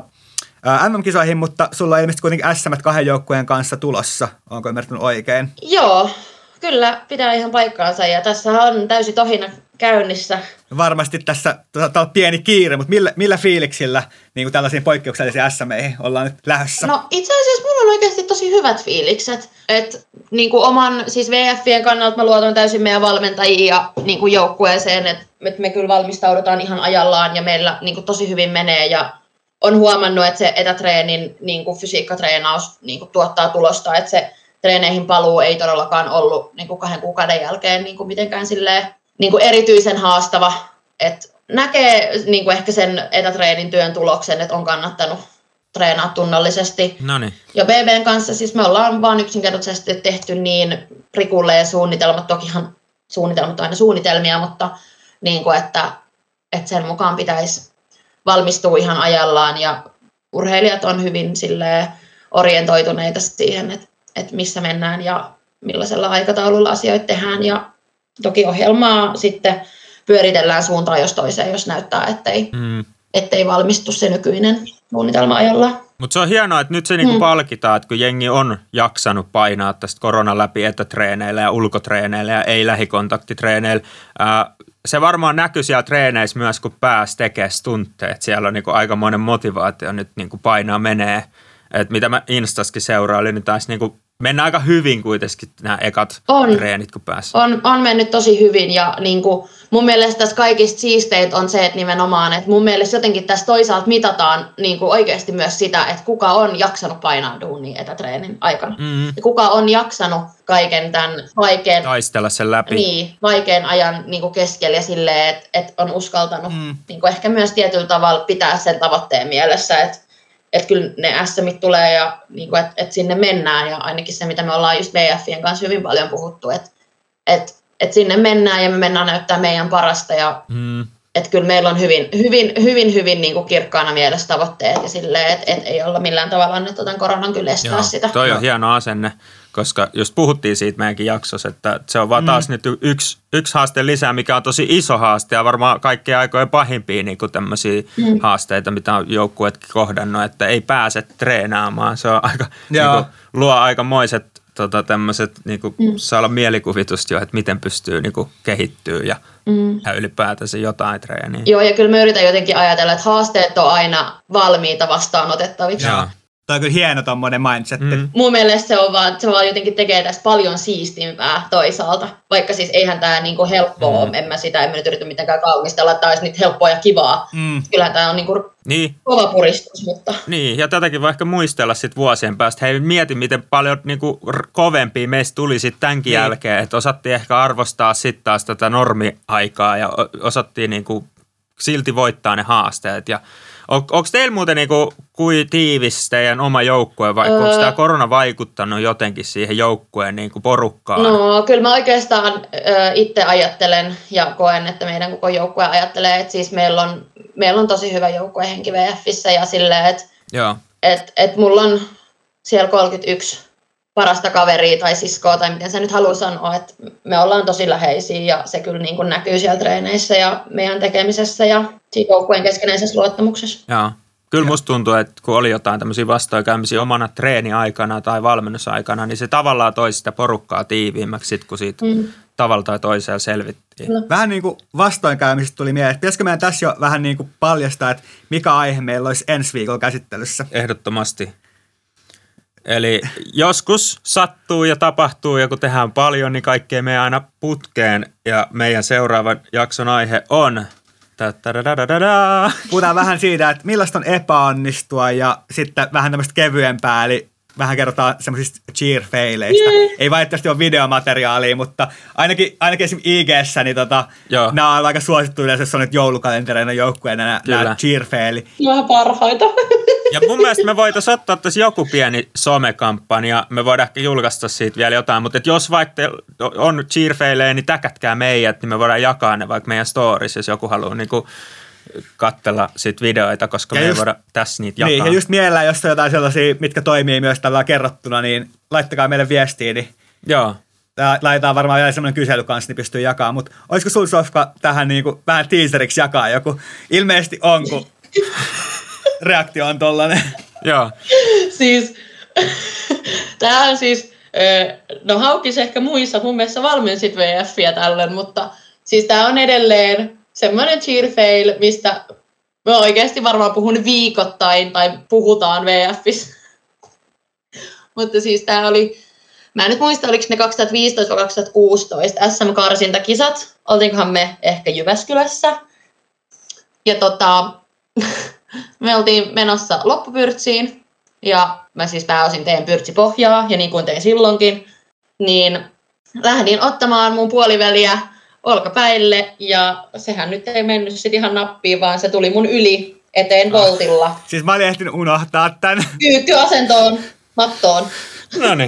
M M-kisoihin, mutta sulla on ilmeisesti kuitenkin S M kahden joukkueen kanssa tulossa. Onko ymmärtänyt oikein? Joo, kyllä pitää ihan paikkaansa ja tässä on täysi tohina käynnissä. Varmasti tässä tota, on pieni kiire, mutta millä, millä fiiliksillä niin kuin tällaisiin poikkeuksellisiin S M:ihin ollaan nyt lähdössä? No itse asiassa mulla on oikeasti tosi hyvät fiilikset. Että niin kuin oman siis V F:ien kannalta mä luotan täysin meidän valmentajiin ja niin kuin joukkueeseen, että et me kyllä valmistaudutaan ihan ajallaan ja meillä niin kuin tosi hyvin menee ja on huomannut, että se etätreenin niin kuin fysiikkatreenaus niin kuin tuottaa tulosta, että se treeneihin paluu ei todellakaan ollut niin kuin kahden kuukauden jälkeen niin kuin mitenkään silleen, niin kuin erityisen haastava. että näkee niin kuin ehkä sen etätreenin työn tuloksen, että on kannattanut treenaa tunnollisesti. Noniin. Ja B B:n kanssa siis me ollaan vaan yksinkertaisesti tehty niin prikulleen suunnitelmat, tokihan suunnitelmat on aina suunnitelmia, mutta niin kuin että, että sen mukaan pitäisi valmistua ihan ajallaan ja urheilijat on hyvin silleen orientoituneita siihen, että, että missä mennään ja millaisella aikataululla asioita tehdään ja toki ohjelmaa sitten pyöritellään suuntaan jos toiseen, jos näyttää, ettei, mm. ettei valmistu se nykyinen suunnitelma ajallaan. Mutta se on hienoa, että nyt se niinku mm. palkitaan, että kun jengi on jaksanut painaa tästä koronan läpi etätreeneillä ja ulkotreeneillä ja ei lähikontaktitreeneillä. Ää, se varmaan näkyy siellä treeneissä myös, kun pääsi tekemään stuntteja. Siellä on niinku aikamoinen motivaatio nyt niinku painaa menee. Et mitä mä Instaskin seurailin, niin taisi niinku mennä aika hyvin kuitenkin nämä ekat on, treenit, kun pääsi. On, on mennyt tosi hyvin ja niin kuin mun mielestä tässä kaikista siisteit on se, että nimenomaan, että mun mielestä jotenkin tässä toisaalta mitataan niin kuin oikeasti myös sitä, että kuka on jaksanut painaa duunia etätreenin aikana. Mm-hmm. Ja kuka on jaksanut kaiken tämän vaikean, taistella sen läpi. Niin, vaikean ajan niin kuin keskellä ja silleen, että, että on uskaltanut mm. niin kuin ehkä myös tietyllä tavalla pitää sen tavoitteen mielessä, että että kyllä ne S M:t tulee ja niin että et sinne mennään ja ainakin se, mitä me ollaan just V F:ien kanssa hyvin paljon puhuttu, että et, et sinne mennään ja me mennään näyttää meidän parasta ja mm. että kyllä meillä on hyvin, hyvin, hyvin, hyvin niin kuin kirkkaana mielessä tavoitteet ja silleen, että et ei olla millään tavalla annettu tämän koronan kyllä estää Joo, sitä. Toi on hieno asenne, koska just puhuttiin siitä meidänkin jaksossa, että se on vaan taas mm. nyt yksi, yksi haaste lisää, mikä on tosi iso haaste ja varmaan kaikkien aikojen pahimpia niin kuin tämmöisiä mm. haasteita, mitä on joukkueetkin kohdannut, että ei pääse treenaamaan. Se on aika, niin kuin, luo aikamoiset tota, tämmöiset, niin kuin, mm. saa olla mielikuvitusta jo, että miten pystyy niin kuin, kehittyä ja, mm. ja ylipäätänsä jotain treeniä. Joo, ja kyllä mä yritän jotenkin ajatella, että haasteet on aina valmiita vastaanotettaviksi. Joo. Tämä on kyllä hieno tommoinen mindset. Mm. Mun mielestä se on vaan, se vaan jotenkin tekee tästä paljon siistimpää toisaalta. Vaikka siis eihän tämä niinku helppoa, mm. en mä sitä, en mä nyt yritä mitenkään kaunistella, että tämä olisi nyt helppoa ja kivaa. Mm. Kyllähän tämä on niinku niin. kova puristus, mutta... Niin, ja tätäkin voi ehkä muistella sitten vuosien päästä. Hei, mieti, miten paljon niinku kovempia meistä tuli sitten tämänkin niin. jälkeen, että osattiin ehkä arvostaa sitten taas tätä normiaikaa ja osattiin niinku silti voittaa ne haasteet ja On, onko teillä muuten niinku, kuin tiivis teidän oma joukkue, vai öö, onko tämä korona vaikuttanut jotenkin siihen joukkueen niinku porukkaan? No kyllä mä oikeastaan ö, itse ajattelen ja koen, että meidän koko joukkue ajattelee, että siis meillä on, meillä on tosi hyvä joukkuehenki V F:issä ja silleen, että et, et mulla on siellä kolmekymmentäyksi parasta kaveria tai siskoa tai miten sä nyt haluaa sanoa, että me ollaan tosi läheisiä ja se kyllä niin kuin näkyy siellä treeneissä ja meidän tekemisessä ja siinä joukkueen keskinäisessä luottamuksessa. Joo. Kyllä musta tuntuu, että kun oli jotain tämmöisiä vastoinkäymisiä omana treeniaikana tai valmennusaikana, niin se tavallaan toi sitä porukkaa tiiviimmäksi, sit, kun siitä mm. tavalla tai toisella selvittiin. No. Vähän niin kuin vastoinkäymisistä tuli mieleen, että pitäisikö meidän tässä jo vähän niin kuin paljastaa, että mikä aihe meillä olisi ensi viikolla käsittelyssä? Ehdottomasti. Eli joskus sattuu ja tapahtuu ja kun tehdään paljon, niin kaikkea menee aina putkeen ja meidän seuraavan jakson aihe on... Puhutaan vähän siitä, että millaista on epäonnistua ja sitten vähän tämmöistä kevyempää, eli vähän kerrotaan semmoisista cheer-feileistä. Yeah. Ei valitettavasti ole videomateriaalia, mutta ainakin, ainakin esimerkiksi I G:ssä niin tota, nämä on aika suosittu yleensä, jos on nyt joulukalentereina joukkueena nämä, nämä cheer-feili. Vähän parhaita. Ja mun mielestä me voitaisiin ottaa tässä joku pieni somekampanja, me voidaan ehkä julkaista siitä vielä jotain, mutta jos vaikka on cheerfeilejä, niin täkätkää meidät, niin me voidaan jakaa ne vaikka meidän stories, jos joku haluaa niin kuin katsella sit videoita, koska ja me just, ei voida tässä niitä jakaa. Niin, ja just mielellään, jos on jotain sellaisia, mitkä toimii myös tällä kerrottuna, niin laittakaa meille viestiä, niin joo. Laitetaan varmaan vielä semmoinen kysely kanssa, niin pystyy jakamaan, mutta olisiko sulla, Sofka, tähän niin kuin vähän teaseriksi jakaa joku? Ilmeisesti on, kun reaktio on tollainen. Joo. Siis, tää on siis, no Haukis ehkä muissa, mun mielestä valmensit V F:iä tällöin, mutta siis tää on edelleen semmoinen cheerfail, mistä mä oikeasti varmaan puhun viikoittain tai puhutaan V F:issä. Mutta siis tää oli, mä en nyt muista, oliko ne kaksituhattaviisitoista vai kaksituhattakuusitoista S M-karsintakisat. Oltiinkohan me ehkä Jyväskylässä. Ja tota, me oltiin menossa loppupyrtsiin ja mä siis pääosin teen pyrtsipohjaa ja niin kuin tein silloinkin, niin lähdin ottamaan mun puoliväliä olkapäille ja sehän nyt ei mennyt sit ihan nappiin, vaan se tuli mun yli eteen voltilla. Ah, siis mä olin ehtinyt unohtaa tän. Kyykkyasentoon, mattoon. Noniin.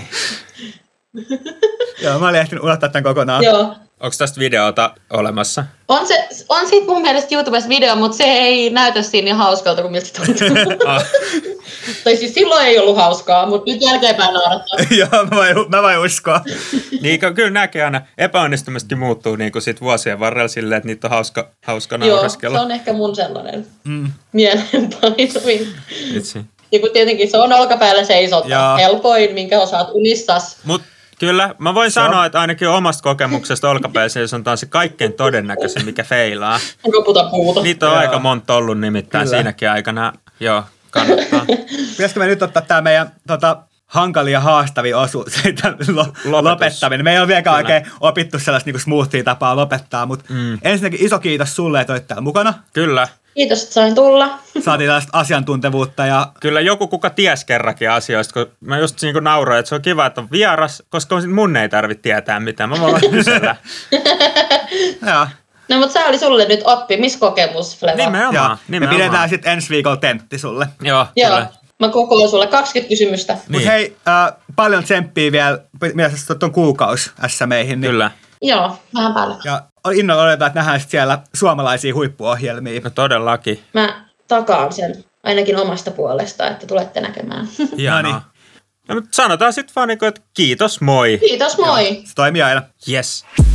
Joo, mä olin ehtinyt unohtaa tän kokonaan. Joo. Onko tästä videota olemassa? On, se, on siitä mun mielestä YouTubessa video, mutta se ei näytä siinä niin hauskalta kuin miltä se tuntuu. ah. Tai siis silloin ei ollut hauskaa, mutta nyt jälkeenpäin naurattaa. Joo, mä voin, mä voin uskoa. Niin, kyllä näkee aina. Epäonnistumisetkin muuttuu niin kuin sit vuosien varrella silleen, että niitä on hauska, hauska nauraskella. Joo, se on ehkä mun sellainen mm. mielenpainuvin. Itse. Ja kun tietenkin se on olkapäällä seisottaa. Helpoin, minkä osaat unissas. Mut kyllä, mä voin se sanoa, on. Että ainakin omasta kokemuksesta olkapäällä seisonta on se kaikkein todennäköisin, mikä feilaa. Koputa puuta. Niitä on Joo. aika monta ollut nimittäin kyllä. Siinäkin aikana. Joo, kannattaa. Pitäisikö me nyt ottaa tää meidän tota, hankalia ja haastavia osuus, lo- lopettaminen. Me ei ole vieläkään kyllä. oikein opittu sellaista niin smoothie-tapaa lopettaa, mutta mm. ensinnäkin iso kiitos sulle, että olit täällä mukana. Kyllä. Kiitos, että sain tulla. Saatiin tällaista asiantuntevuutta. Ja kyllä joku kuka ties kerrankin asioista, kun mä just niin kuin nauroin, että se on kiva, että on vieras, koska mun ei tarvitse tietää mitään. Mä voin kysellä. Joo. No mutta se oli sulle nyt oppimiskokemus, Fleva. Nimenomaan. Me pidetään sitten ensi viikolla tentti sulle. Joo, Joo. kyllä. Mä kokoan sulle kaksikymmentä kysymystä. Niin. Mutta hei, äh, paljon tsemppiä vielä, mitä sä on kuukausi S M:ihin. Niin. Kyllä. Joo, vähän päälle. Ja innolla odotetaan, että nähdään siellä suomalaisia huippuohjelmia. No todellakin. Mä takaan sen ainakin omasta puolesta, että tulette näkemään. Hienoa. No, mutta sanotaan sitten vaan, että kiitos, moi. Kiitos, moi. Joo, se toimii aina. Yes.